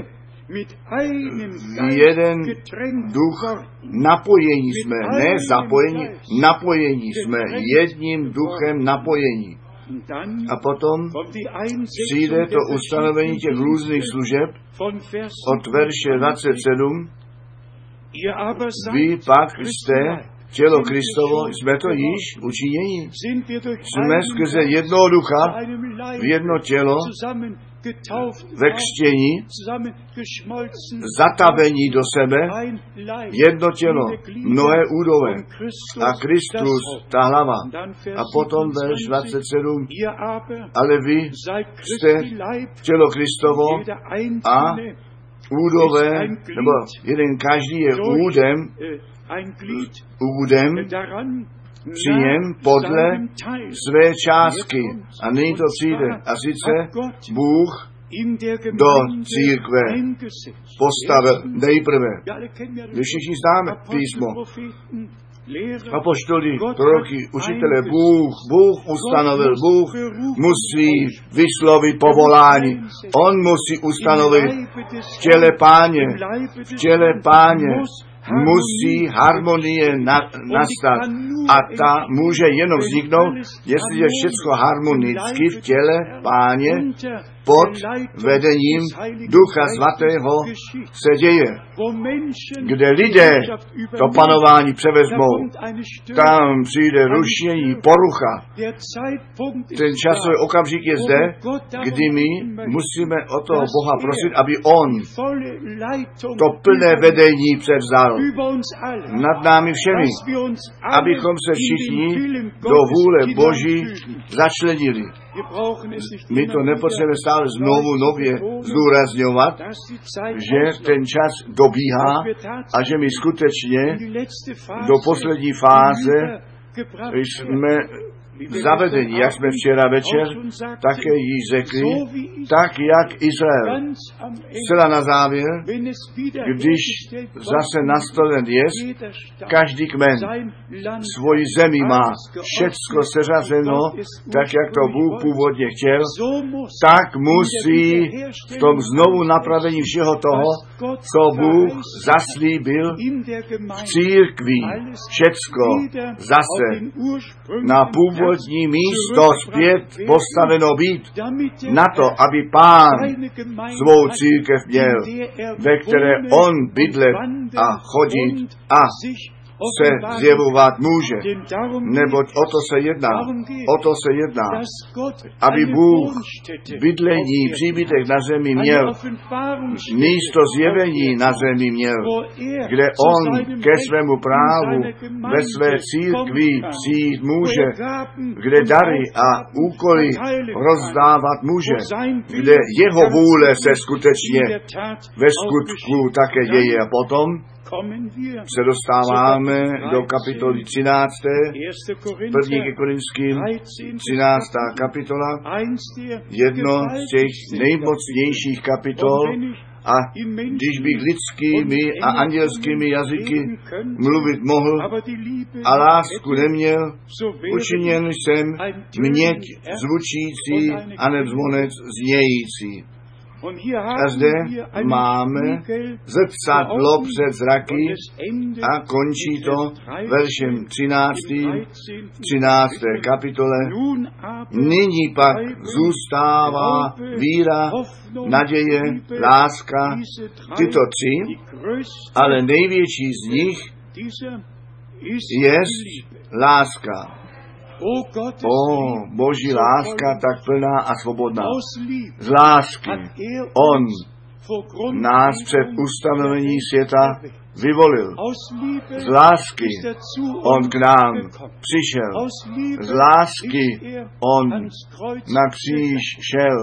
jeden duch napojení jsme, ne zapojení, napojení jsme, jedním duchem napojení. A potom přijde to ustanovení těch různých služeb od verše 27. Vy pak jste tělo Kristovo, jsme to již učiněni. Jsme skrze jednoho ducha v jedno tělo ve křtění, zatavení do sebe, jedno tělo, mnohé údové a Kristus ta hlava. A potom verš 27, ale vy jste tělo Kristovo a údové, nebo jeden každý je údem, při něm podle své částky. A nyní to přijde. A sice Bůh do církve postavil nejprve. My všichni známe písmo. Apoštoli, proroky, učitele, Bůh ustanovil, Bůh musí vyslovit povolání. On musí ustanovit v těle páně musí harmonie nastat. A ta může jenom vzniknout, jestliže všechno harmonicky v těle Páně pod vedením Ducha Svatého se děje. Kde lidé to panování převezmou, tam přijde rušení, porucha. Ten časový okamžik je zde, kdy my musíme od toho Boha prosit, aby On to plné vedení převzal nad námi všemi, abychom se všichni do vůle Boží začlenili. My to nepotřebujeme stále znovu nově zdůrazňovat, že ten čas dobíhá a že my skutečně do poslední fáze jsme zavedení, jak jsme včera večer také již řekli, tak jak Izrael. Zcela na závěr, když zase nastolen je, každý kmen svoji zemi má všecko seřazeno, tak jak to Bůh původně chtěl, tak musí v tom znovu napravení všeho toho, co Bůh zaslíbil v církvi, všecko zase na původní místo zpět postaveno být, na to, aby Pán svou církev měl, ve které on bydlet a chodit a se zjevovat může. Neboť o to se jedná, aby Bůh bydlení, příbytek na zemi měl, místo zjevení na zemi měl, kde on ke svému právu ve své církvi přijít může, kde dary a úkoly rozdávat může, kde jeho vůle se skutečně ve skutku také děje. A potom se dostáváme do kapitoly 13. 1. ke Korinským, 13. kapitola, jedno z těch nejmocnějších kapitol. A když bych lidskými a andělskými jazyky mluvit mohl a lásku neměl, učiněn jsem měď zvučící a nevzvonec znějící. A zde máme zrcadlo před zraky a končí to veršem 13. kapitole. Nyní pak zůstává víra, naděje, láska, tyto tři, ale největší z nich je láska. Boží láska tak plná a svobodná. Z lásky on nás před ustanovením světa vyvolil. Z lásky on k nám přišel. Z lásky on na kříž šel.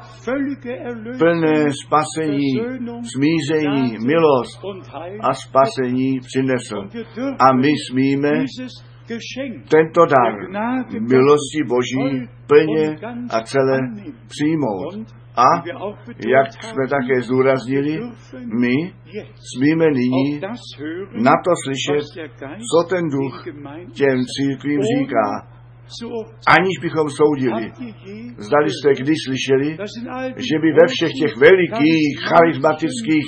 Plné spasení, smíření, milost a spasení přinesl. A my smíme tento dar milosti Boží plně a celé přijmout. A jak jsme také zdůraznili, my smíme nyní na to slyšet, co ten duch těm církvím říká, aniž bychom soudili. Zdali jste kdy slyšeli, že by ve všech těch velikých charismatických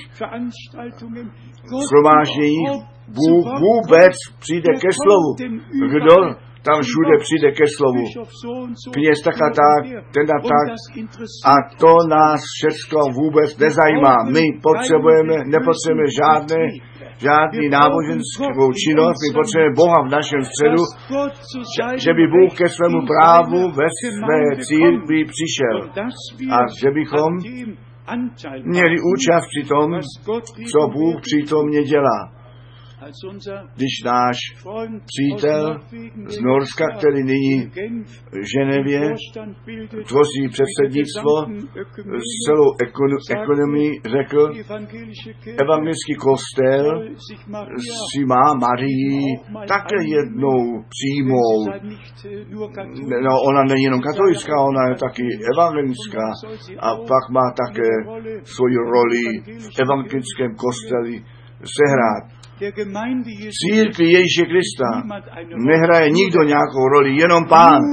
shromážděních Bůh vůbec přijde ke slovu. Kdo tam všude přijde ke slovu? Kněz tak a tak, ten a tak. A to nás všechno vůbec nezajímá. My nepotřebujeme žádný náboženskou činnost, my potřebujeme Boha v našem středu, že by Bůh ke svému právu ve své církvi přišel. A že bychom měli účast při tom, co Bůh přítomně dělá. Když náš přítel z Norska, který nyní v Ženevě tvoří předsednictvo s celou ekonomii, řekl, evangelický kostel si má Marii také jednou přijmout. No, ona není jenom katolická, ona je taky evangelická a pak má také svoji roli v evangelickém kosteli sehrát. Církvi Ježíše Krista nehraje nikdo nějakou roli, jenom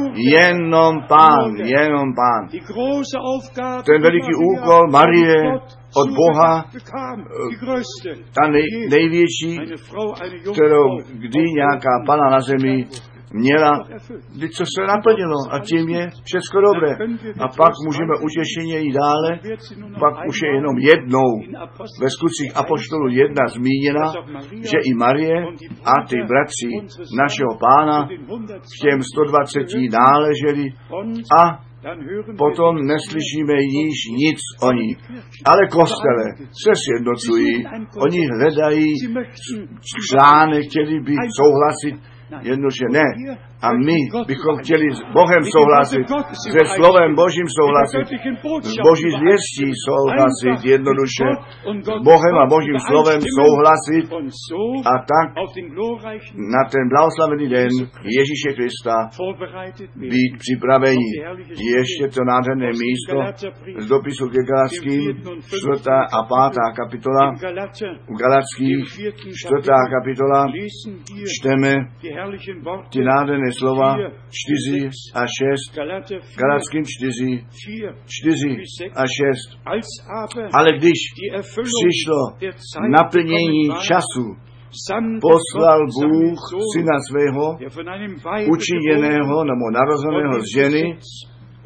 Pán. Ten veliký úkol Marie od Boha, ta největší, kterou kdy nějaká pana na zemi měla, co se naplnilo a tím je všechno dobré. A pak můžeme utěšeně jít dále, pak už je jenom jednou ve skutcích apoštolů 1 zmíněna, že i Marie a ty bratři našeho Pána k těm 120 náleželi a potom neslyšíme již nic o ní. Ale kostele se sjednocují, oni hledají článek, chtěli by souhlasit, jednoduše ne. A my bychom chtěli s Bohem souhlasit, se slovem Božím souhlasit, s Boží zvěstí souhlasit, jednoduše s Bohem a Božím slovem souhlasit a tak na ten blahoslavený den Ježíše Krista být připraveni. Ještě to nádherné místo z dopisu ke Galatským, 4. a 5. kapitola, u Galatských 4. kapitola čteme ty nádherné slova 4 a 6, Galatským 4 a 6. Ale když přišlo naplnění času, poslal Bůh syna svého, učiněného nebo narozeného z ženy,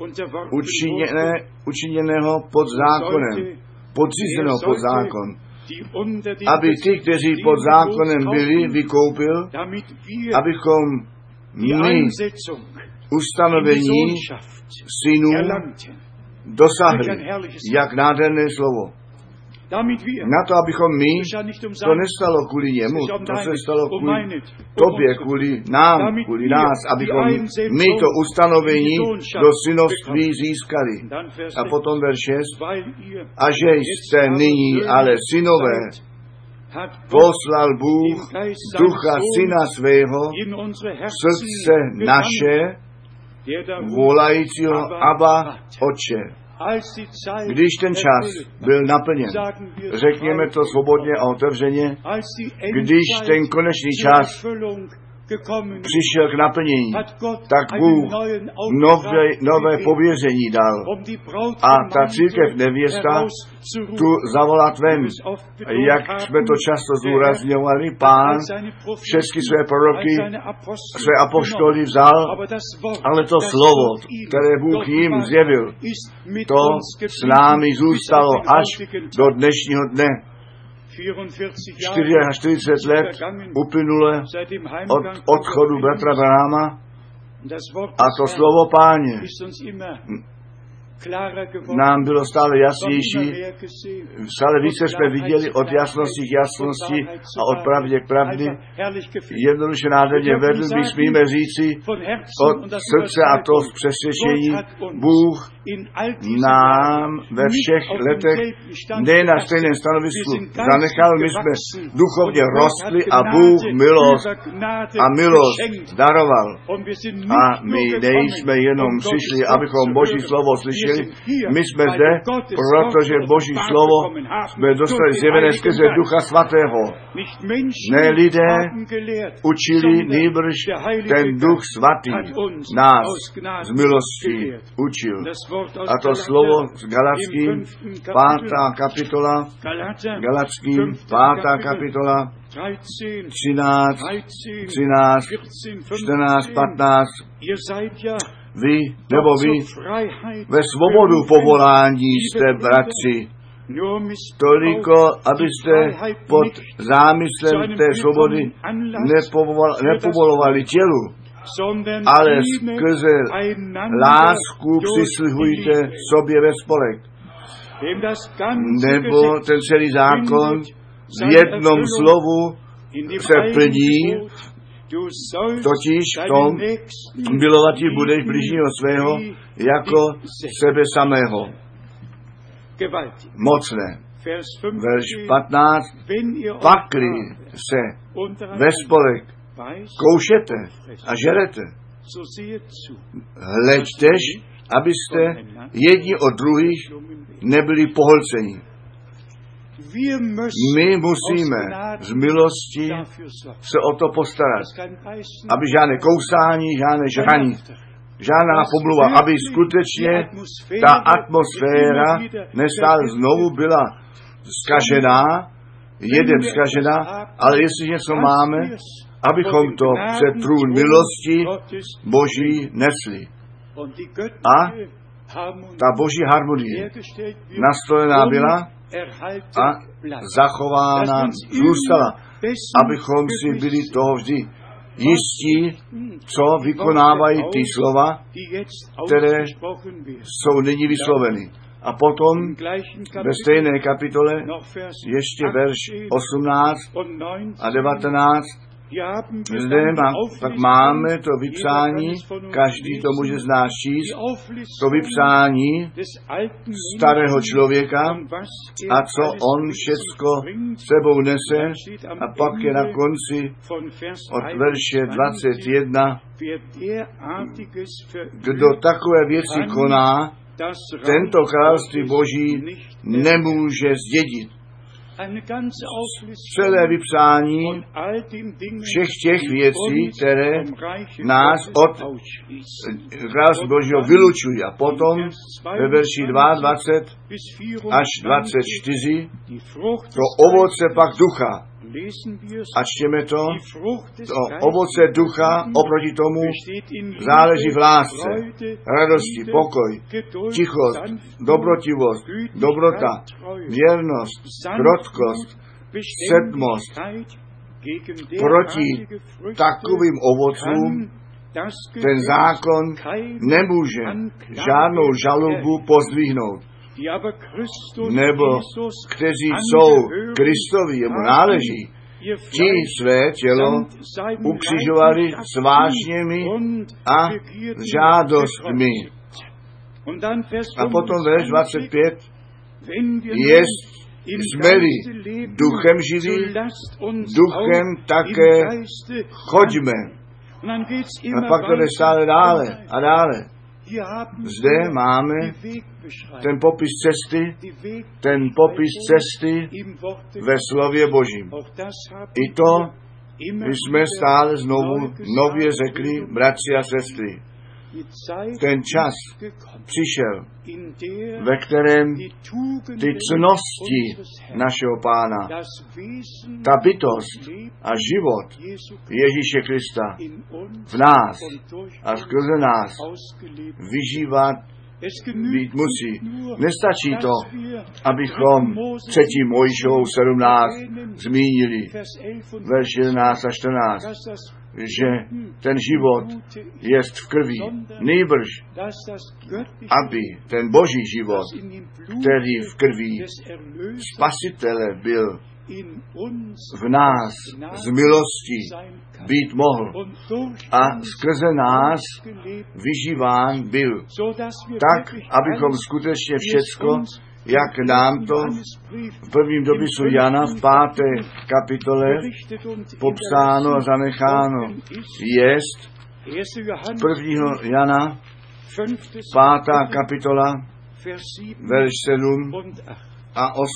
učiněného pod zákonem, podřízeného pod zákon. aby ty, kteří pod zákonem byli, vykoupil, abychom my ustanovení synů dosahli. Jak nádherné slovo. Na to, abychom my, to nestalo kvůli němu, to se stalo kvůli tobě, kvůli nám, kvůli nás, abychom my to ustanovení do synovství získali. A potom verš 6. A že jste nyní ale synové, poslal Bůh ducha syna svého, srdce naše, volajícího Abba, Otče. Když ten čas byl naplněn, řekněme to svobodně a otevřeně, když ten konečný čas přišel k naplnění, tak Bůh nové pověření dal. A ta církev nevěsta tu zavolat ven. Jak jsme to často zdůrazňovali, Pán všechny své proroky, své apoštoly vzal, ale to slovo, které Bůh jim zjevil, to s námi zůstalo až do dnešního dne. 44 let uplynule od odchodu bratra Branhama a to slovo Páně nám bylo stále jasnější, stále více jsme viděli od jasnosti k jasnosti a od pravdě k pravdě. Jednoduše nádherně vedl, my smíme říci od srdce a to z přesvědčení, Bůh nám ve všech letech ne na stejném stanovisku zanechal, my jsme duchovně rostli a Bůh milost daroval. A my nejsme jenom přišli, abychom Boží slovo slyšeli, my jsme zde, protože Boží slovo jsme dostali zjevené skrze Ducha Svatého. Ne lidé učili, nýbrž ten Duch Svatý nás z milosti učil. A to slovo z Galackým, 5. kapitola, Galackým, 5. kapitola, 13, 14, 15, vy ve svobodu povolání jste, bratři, toliko, abyste pod zámyslem té svobody nepovolovali tělu, ale skrze lásku přislihujte sobě ve spolek. Nebo ten celý zákon v jednom slovu se plní, totiž v tom, milovatý budeš bližního svého jako sebe samého. Mocné. Verš 15. Pakli se ve spolek koušete a žerete. Hleďtež, abyste jedni od druhých nebyli pohlceni. My musíme z milosti se o to postarat, aby žádné kousání, žádné žraní, žádná pomluva, aby skutečně ta atmosféra nestále znovu byla zkažená, jedem zkažená, ale jestli něco máme, abychom to před trůn milosti Boží nesli. A ta Boží harmonie nastolená byla a zachována zůstala, abychom si byli toho vždy jistí, co vykonávají ty slova, které jsou nyní vysloveny. A potom ve stejné kapitole ještě verš 18 a 19, zde tak máme to vypsání, každý to může z nás číst, to vypsání starého člověka a co on všecko sebou nese. A pak je na konci od verše 21, kdo takové věci koná, tento království Boží nemůže zdědit. Celé vypsání všech těch věcí, které nás od království Božího vylučují. A potom ve verši 22 až 24 to ovoce pak ducha. A čtěme to ovoce ducha oproti tomu záleží v lásce, radosti, pokoj, tichost, dobrotivost, dobrota, věrnost, krotkost, sedmost. Proti takovým ovocům ten zákon nemůže žádnou žalobu pozdvihnout. Nebo kteří jsou Kristovi, jemu náleží, ti své tělo ukřižovali s vášněmi a žádostmi. A potom verš 25, jest jsme-li duchem živí, duchem také choďme. A pak to jde stále dále a dále. Zde máme ten popis cesty ve slově Božím. I to jsme stále znovu nově řekli, bratři a sestry. Ten čas přišel, ve kterém ty cnosti našeho Pána, ta bytost a život Ježíše Krista v nás a skrze nás vyžívat být musí. Nestačí to, abychom 3. Mojžíšovu 17 zmínili, verš 11 a 14, že ten život jest v krvi. Nýbrž, aby ten boží život, který v krvi Spasitele byl, v nás z milosti být mohl a skrze nás vyžíván byl. Tak, abychom skutečně všecko, jak nám to v prvním dopisu Jana v 5. kapitole popsáno a zanecháno jest, 1. Jana 5. kapitola verš 7 a 8.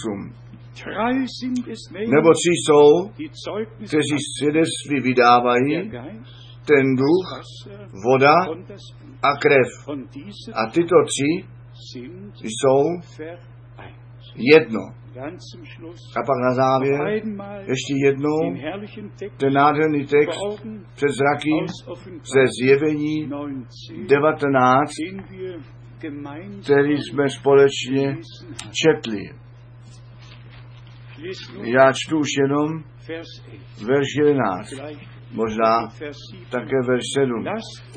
Nebo 3 jsou, kteří svědectví vydávají, ten duch, voda a krev. A tyto 3 jsou jedno. A pak na závěr ještě jednou ten nádherný text před zraky ze Zjevení 19, který jsme společně četli. Já čtu už jenom verš 11, možná také verš 7.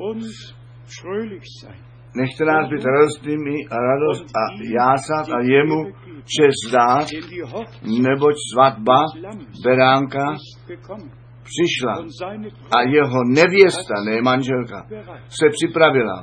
Nechte nás být radostnými a radost a jásat a jemu čest dát, neboť svatba beránka přišla a jeho nevěsta, ne manželka, se připravila.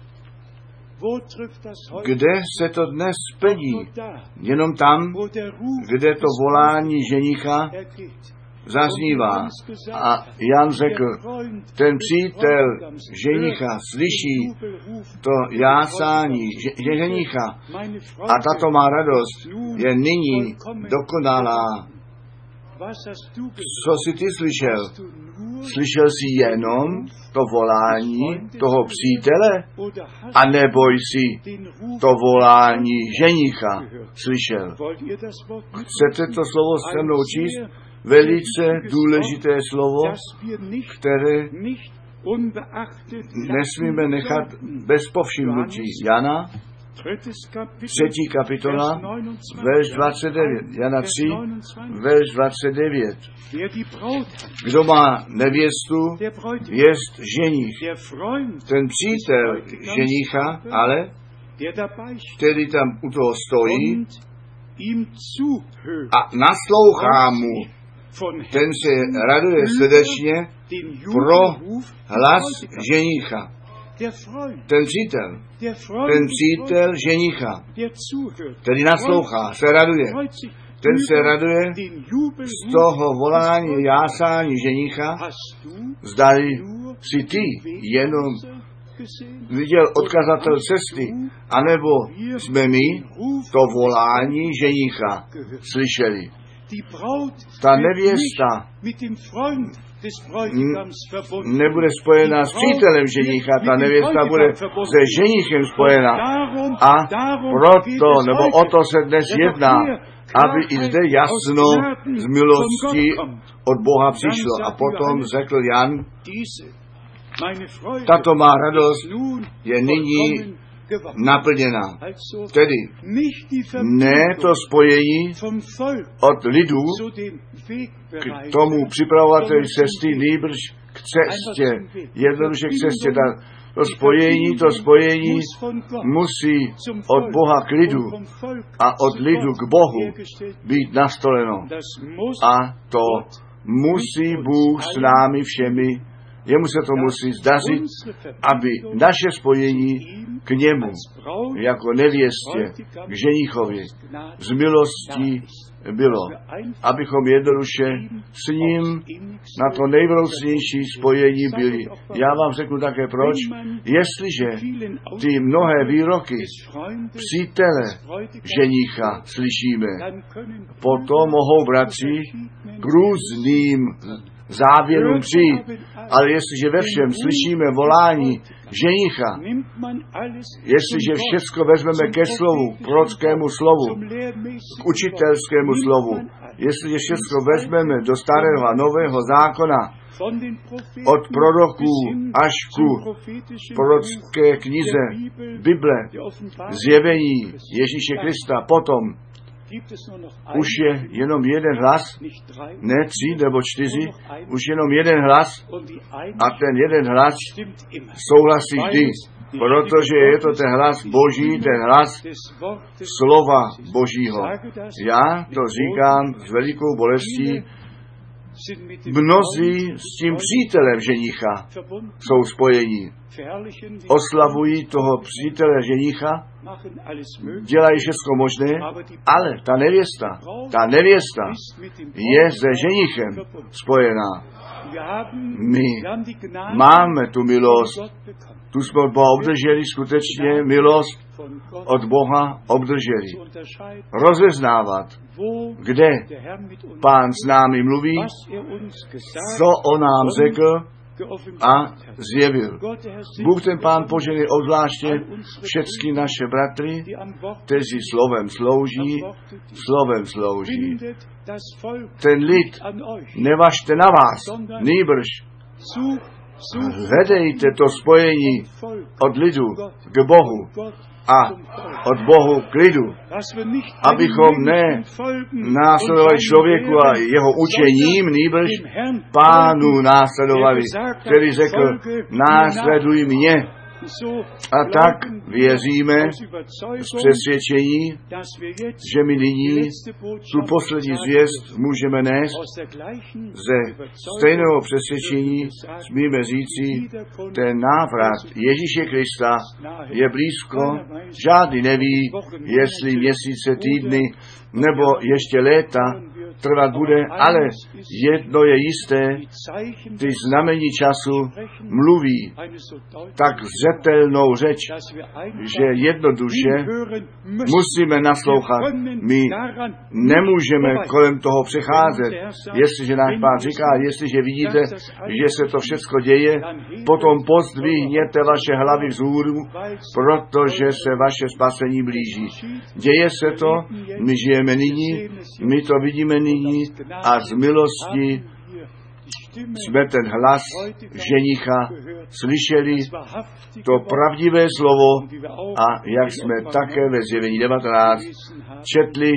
Kde se to dnes plní? Jenom tam, kde to volání ženicha zaznívá. A Jan řekl, ten přítel ženicha slyší to jásání ženicha a tato má radost je nyní dokonalá. Co jsi ty slyšel? Slyšel jsi jenom to volání toho přítele? A nebo jsi to volání ženicha slyšel? Chcete to slovo se mnou číst? Velice důležité slovo, které nesmíme nechat bez povšimnutí. Jana, 3. kapitola, verš 29. Jana 3, verš 29. Kdo má nevěstu, jest ženich. Ten přítel ženicha, ale, který tam u toho stojí a naslouchá mu, ten se raduje srdečně pro hlas ženicha. Ten přítel ženicha, který naslouchá, se raduje. Ten se raduje z toho volání, jásání ženicha, zdali si ty jenom viděl odkazatel cesty, anebo jsme my to volání ženicha slyšeli. Ta nevěsta nebude spojená s přítelem ženicha, ta nevěsta bude se ženichem spojená. A proto, nebo o to se dnes jedná, aby i zde jasno z milosti od Boha přišlo. A potom řekl Jan, tato má radost je nyní naplněna. Tedy ne to spojení od lidů k tomu připravovateli cesty, nýbrž k cestě, jednoduše k cestě. To spojení musí od Boha k lidu a od lidu k Bohu být nastoleno. A to musí Bůh s námi všemi, jemu se to musí zdařit, aby naše spojení k němu jako nevěstě, k ženichovi, z milostí bylo, abychom jednoduše s ním na to nejvroucnější spojení byli. Já vám řeknu také proč. Jestliže ty mnohé výroky přítele ženicha slyšíme, potom mohou bratři k různým závěrům přijít. Ale jestliže ve všem slyšíme volání ženicha, jestliže všecko vezmeme ke slovu, k prorockému slovu, k učitelskému slovu, jestliže všecko vezmeme do starého a nového zákona, od proroků až ku prorocké knize Bible, zjevení Ježíše Krista, potom už je jenom jeden hlas, ne 3 nebo 4, už jenom jeden hlas a ten jeden hlas souhlasí vždy, protože je to ten hlas Boží, ten hlas slova Božího. Já to říkám s velikou bolestí, mnozí s tím přítelem ženicha jsou spojení. Oslavují toho přítele ženicha, dělají všechno možné, ale ta nevěsta je se ženichem spojená. My máme tu milost, tu jsme od Boha obdrželi, skutečně milost od Boha obdrželi. Rozeznávat, kde Pán s námi mluví, co on nám řekl a zjevil. Bůh ten Pán požehnej obzvláště všechny naše bratry, kteří slovem slouží. Ten lid nevažte na vás, nýbrž hledejte to spojení od lidu k Bohu a od Bohu k lidu, abychom ne následovali člověku a jeho učením, nýbrž Pánu následovali, který řekl, následuj mě. A tak věříme z přesvědčení, že my nyní tu poslední zvěst můžeme nést ze stejného přesvědčení, smíme říci, ten návrat Ježíše Krista je blízko, žádný neví, jestli měsíce, týdny nebo ještě léta trvat bude, ale jedno je jisté, ty znamení času mluví tak zřetelnou řeč, že jednoduše musíme naslouchat. My nemůžeme kolem toho přecházet. Jestliže náš Pán říká, jestliže vidíte, že se to všechno děje, potom pozdvihněte vaše hlavy vzhůru, protože se vaše spasení blíží. Děje se to, my žijeme nyní, my to vidíme nyní a z milosti jsme ten hlas ženicha slyšeli, to pravdivé slovo a jak jsme také ve Zjevení 19 četli,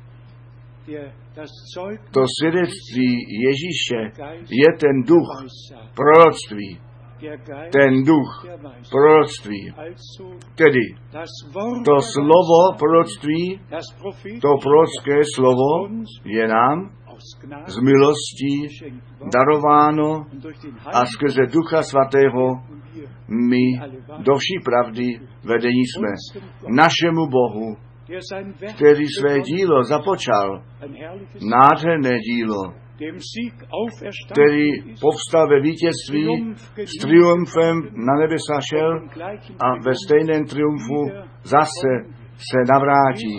to svědectví Ježíše je ten duch proroctví. Ten duch proroctví. Tedy to slovo proroctví, to prorocké slovo je nám z milostí darováno a skrze Ducha Svatého my do vší pravdy vedení jsme našemu Bohu, který své dílo započal, nádherné dílo, který povstal ve vítězství, s triumfem na nebesa šel a ve stejném triumfu zase se navrátí.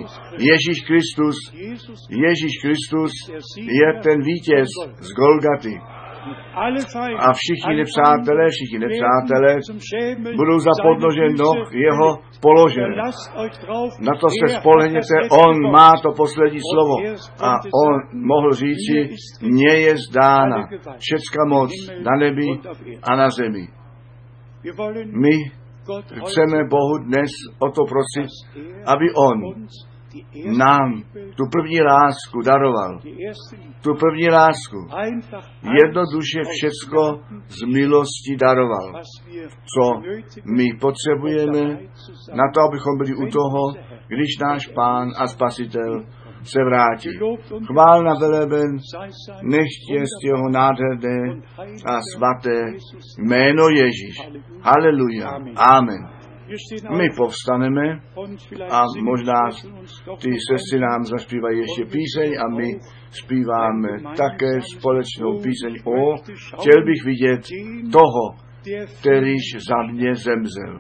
Ježíš Kristus je ten vítěz z Golgaty. A všichni nepřátelé budou za podnože noh jeho položené. Na to se spolehněte, on má to poslední slovo. A on mohl říci, mně je zdána všecka moc na nebi a na zemi. My chceme Bohu dnes o to prosit, aby on nám tu první lásku daroval. Tu první lásku. Jednoduše všecko z milosti daroval. Co my potřebujeme na to, abychom byli u toho, když náš Pán a Spasitel se vrátí. Chvál na veleben, nechť jest jeho nádherné a svaté jméno Ježíš. Haleluja. Amen. My povstaneme a možná ty sestry nám zaspívají ještě píseň a my zpíváme také společnou píseň o chtěl bych vidět toho, kterýž za mě zemřel.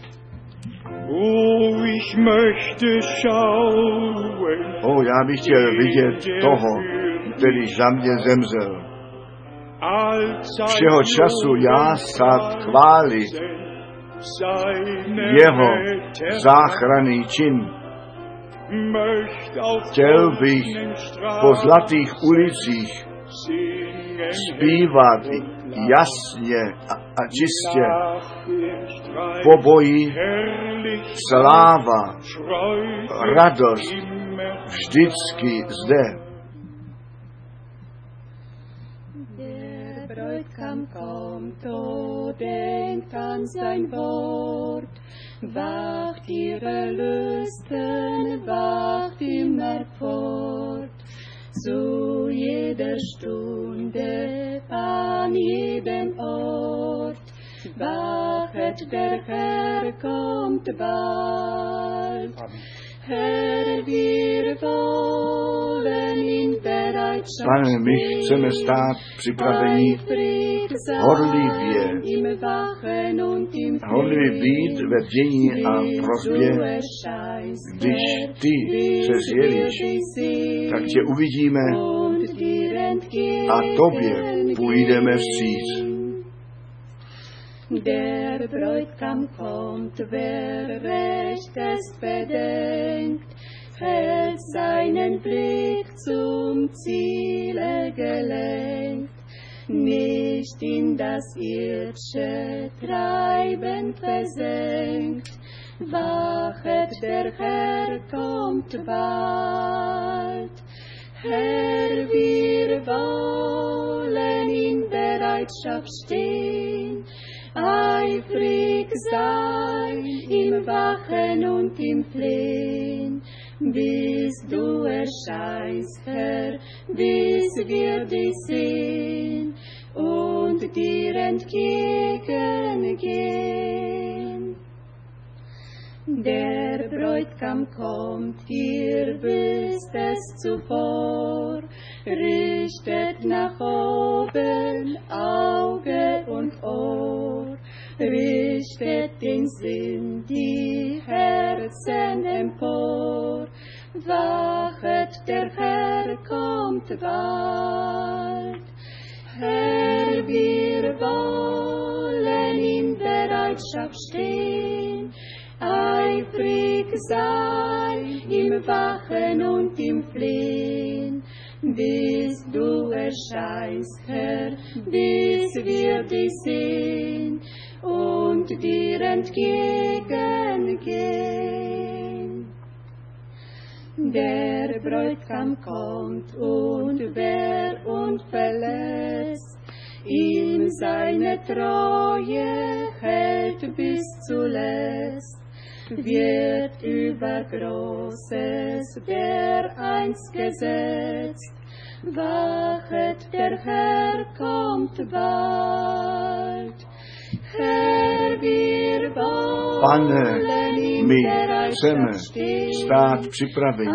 Já bych chtěl vidět toho, kterýž za mě zemřel. Všeho času já sad chválit jeho záchranný čin. Chtěl bych po zlatých ulicích zpívat jasně a čistě. Po boji sláva, radost vždycky zde. Bräutigam kommt, o denkt an sein Wort, wacht ihre Lüsten, wacht immer fort, zu jeder Stunde, an jedem Ort, wachet der Herr, kommt bald. Herr, wir wollen in Bereitschaft Pane, my chceme stát připravení horlivě být ve bdění a prosbě, když ty se zjevíš, tak tě uvidíme a tobě půjdeme vstříc. Der Bräutigam kommt, wer Rechtes bedenkt, hält seinen Blick zum Ziele gelenkt, nicht in das irdische Treiben versenkt. Wachet, der Herr kommt bald. Herr, wir wollen in Bereitschaft stehen, eifrig sein im Wachen und im Flehen, bis du erscheinst, Herr, bis wir dich sehen und dir entgegengehen. Der Bräutigam kommt, ihr wisst es zuvor, richtet nach oben Auge und Ohr, richtet den Sinn, die Herzen empor, wachet, der Herr kommt bald. Herr, wir wollen in Bereitschaft stehen, eifrig sein im Wachen und im Flehen, bis du erscheinst, Herr, bis wir dich sehen und dir entgegengehen. Der Bräutigam kommt und wer unverletzt ihm seine Treue hält bis zuletzt, wird über Großes dereinst gesetzt. Wachet, der Herr kommt bald. Herr, wir wollen my chceme stát připraveni,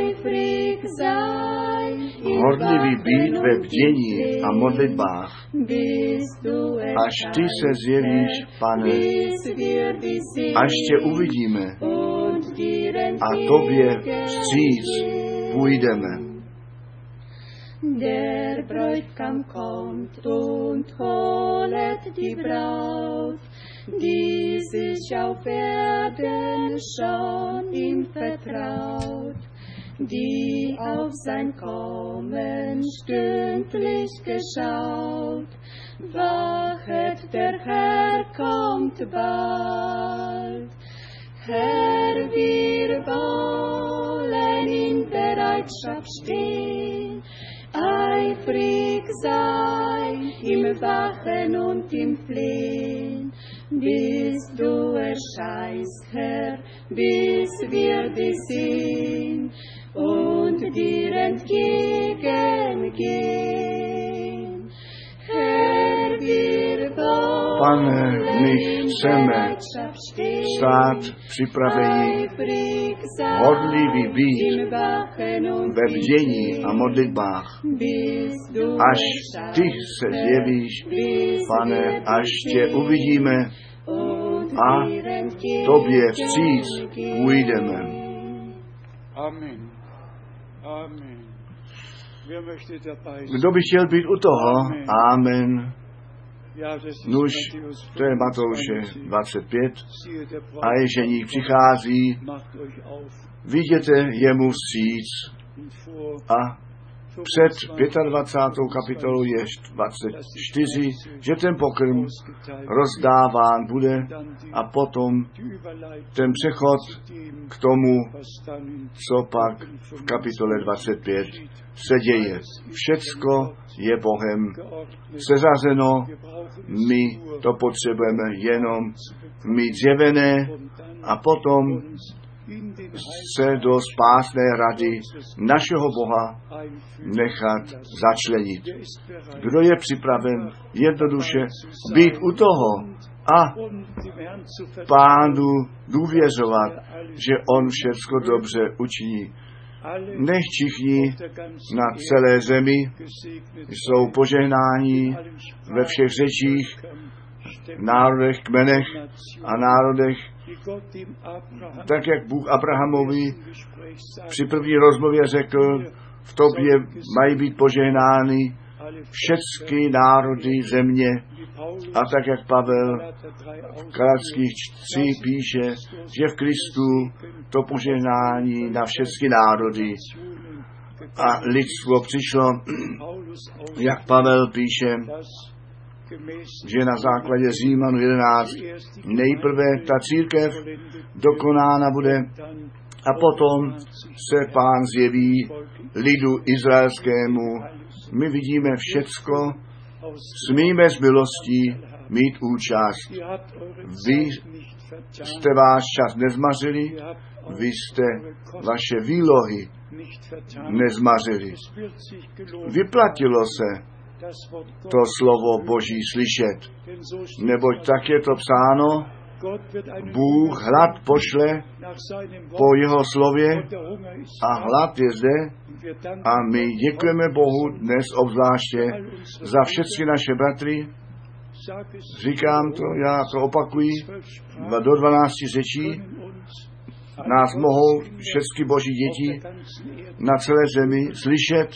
horlivý být ve bdění a modlitbách, až ty se zjevíš, Pane, až tě uvidíme a tobě vstříc půjdeme. Der Bräutigam kommt und holet die Braut, die sich auf Erden schon ihm vertraut, die auf sein Kommen stündlich geschaut. Wachet, der Herr kommt bald. Herr, wir wollen in Bereitschaft stehen, eifrig sein im Wachen und im Flehen, bis du erscheinst, Herr, bis wir dich sehen und dir entgegengehen. Herr, wir Pane, my chceme stát připravení, horliví být ve bdění a modlitbách, až ty se zjevíš, Pane, až tě uvidíme a tobě vstříc půjdeme. Amen. Amen. Kdo by chtěl být u toho? Amen. Nuž, to je Matouše 25. A je ženík přichází, viděte jemu vstříc. A před 25. kapitolou je 24, že ten pokrm rozdáván bude a potom ten přechod k tomu, co pak v kapitole 25 se děje. Všecko je Bohem seřazeno, my to potřebujeme jenom mít zjevené a potom se do spásné rady našeho Boha nechat začlenit. Kdo je připraven jednoduše být u toho a Pánu důvěřovat, že on všecko dobře učiní. Nech všichni na celé zemi jsou požehnáni ve všech řečích, národech, kmenech a národech, tak jak Bůh Abrahamovi při první rozmluvě řekl, v tobě mají být požehnány všechny národy země. A tak jak Pavel v Galatských 3 píše, že v Kristu to požehnání na všechny národy a lidstvo přišlo, jak Pavel píše, že na základě Římanu 11 nejprve ta církev dokonána bude a potom se Pán zjeví lidu izraelskému. My vidíme všecko, smíme z milostí mít účast. Vy jste váš čas nezmařili, vy jste vaše výlohy nezmařili. Vyplatilo se to slovo Boží slyšet, neboť tak je to psáno, Bůh hlad pošle po jeho slově a hlad je zde a my děkujeme Bohu dnes obzvláště za všechny naše bratry. Říkám to, já to opakuji, do 12 řečí nás mohou všechny Boží děti na celé zemi slyšet,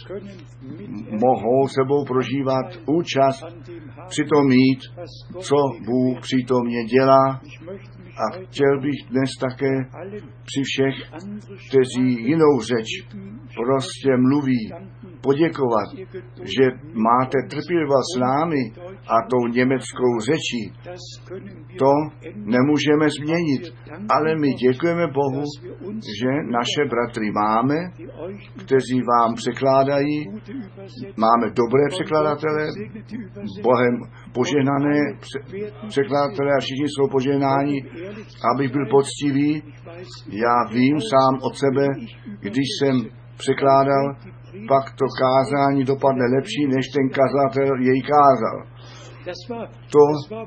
mohou sebou prožívat účast, přitom mít, co Bůh přítomně dělá. A chtěl bych dnes také při všech, kteří jinou řeč prostě mluví, poděkovat, že máte trpělivost s námi a tou německou řečí. To nemůžeme změnit, ale my děkujeme Bohu, že naše bratry máme, kteří vám překládají, máme dobré překladatele, Bohem požehnané překladatele a všichni jsou požehnáni, abych byl poctivý. Já vím sám od sebe, když jsem překládal, pak to kázání dopadne lepší, než ten kazatel jej kázal. To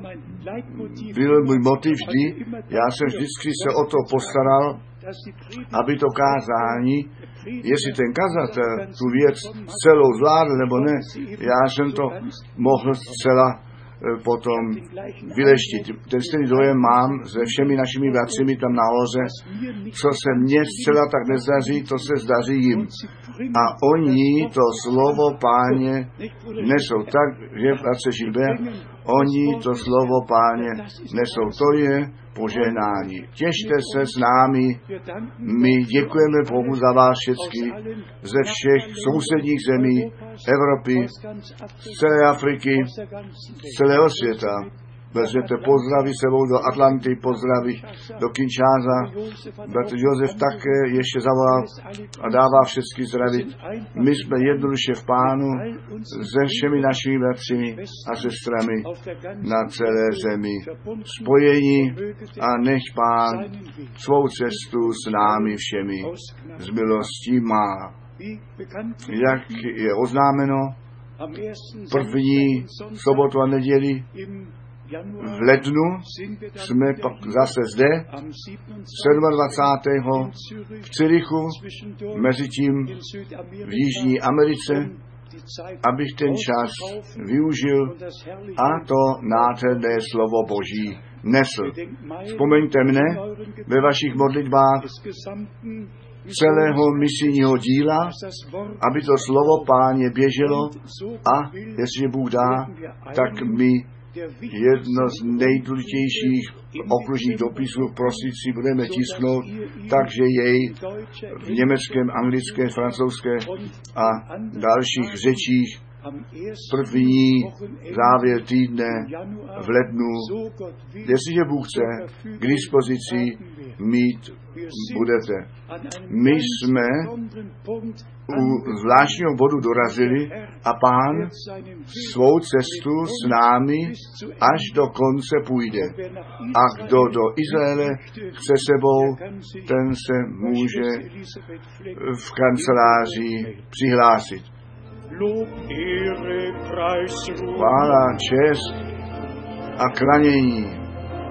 byl můj motiv vždy. Já jsem vždycky se o to postaral, aby to kázání, jestli ten kazatel tu věc celou zvládl nebo ne, já jsem to mohl zcela potom vyleštit. Ten stejný dojem mám se všemi našimi bratřimi tam nahoře, co se mně zcela tak nezdaří, to se zdaří jim. A oni to slovo Páně nesou tak, že bratře Žilbert, oni to slovo Páně nesou. To je požehnání. Těšte se s námi, my děkujeme Bohu za vás všechny, ze všech sousedních zemí, Evropy, z celé Afriky, z celého světa. Vezměte pozdravy sebou do Atlanty, pozdravy do Kinshasa. Bratr Josef také ještě zavolal a dává všechny zdravit. My jsme jednoduše v Pánu se všemi našimi bratřimi a sestrami na celé zemi spojení a nech Pán svou cestu s námi všemi z milostí má. Jak je oznámeno, první sobotu a neděli v lednu jsme pak zase zde 27. v Zürichu, mezi tím v Jižní Americe, abych ten čas využil a to nádherné slovo Boží nesl. Vzpomeňte mne ve vašich modlitbách celého misijního díla, aby to slovo Páně běželo a jestli Bůh dá, tak my jedno z nejdůležitějších okružních dopisů v prosinci budeme tisknout, takže jej v německém, anglickém, francouzském a dalších řečích první závěr týdne v lednu, jestliže Bůh chce, k dispozici mít budete. My jsme u zvláštního bodu dorazili a Pán svou cestu s námi až do konce půjde. A kdo do Izraele chce sebou, ten se může v kanceláři přihlásit. Chvála, čest a klanění.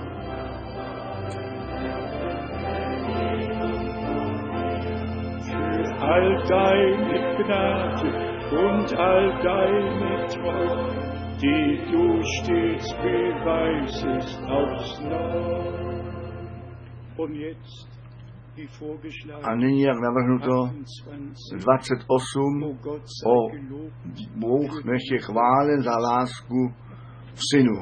All deine Gnade und all deine Treue, die du stets beweisest aufs Neue. Und jetzt die vorgeschlagene a nyní, jak navrhnuto, 28, o Bůh nech je chválen za lásku v Synu.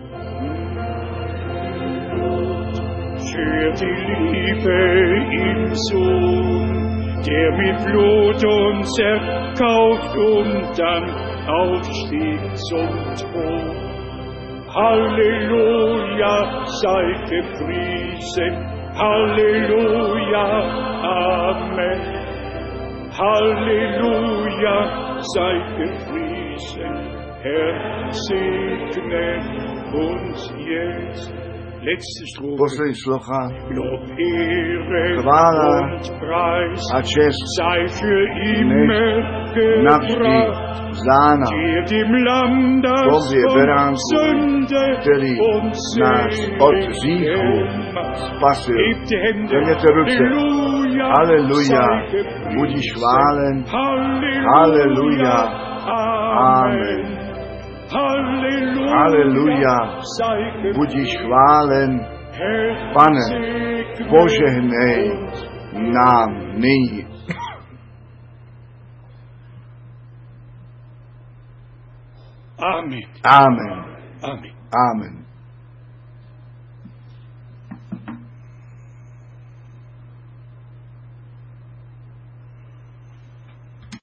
Für die Liebe im Sohn, der mit Blut uns erkauft und dann aufstieg zum Thron. Halleluja, sei gepriesen, Halleluja, Amen. Halleluja, sei gepriesen, Herr, segne uns jetzt. Poslední slocha. Chvála a čest nech navždy vzána Tobě, beránku, který nás od hříchu spasil. Zvedněte ruce. Haleluja, budíš chválen. Haleluja, amen. Haleluja, budíš chválen, Pane, požehnej nám nyní. Amen. Amen. Amen. Amen.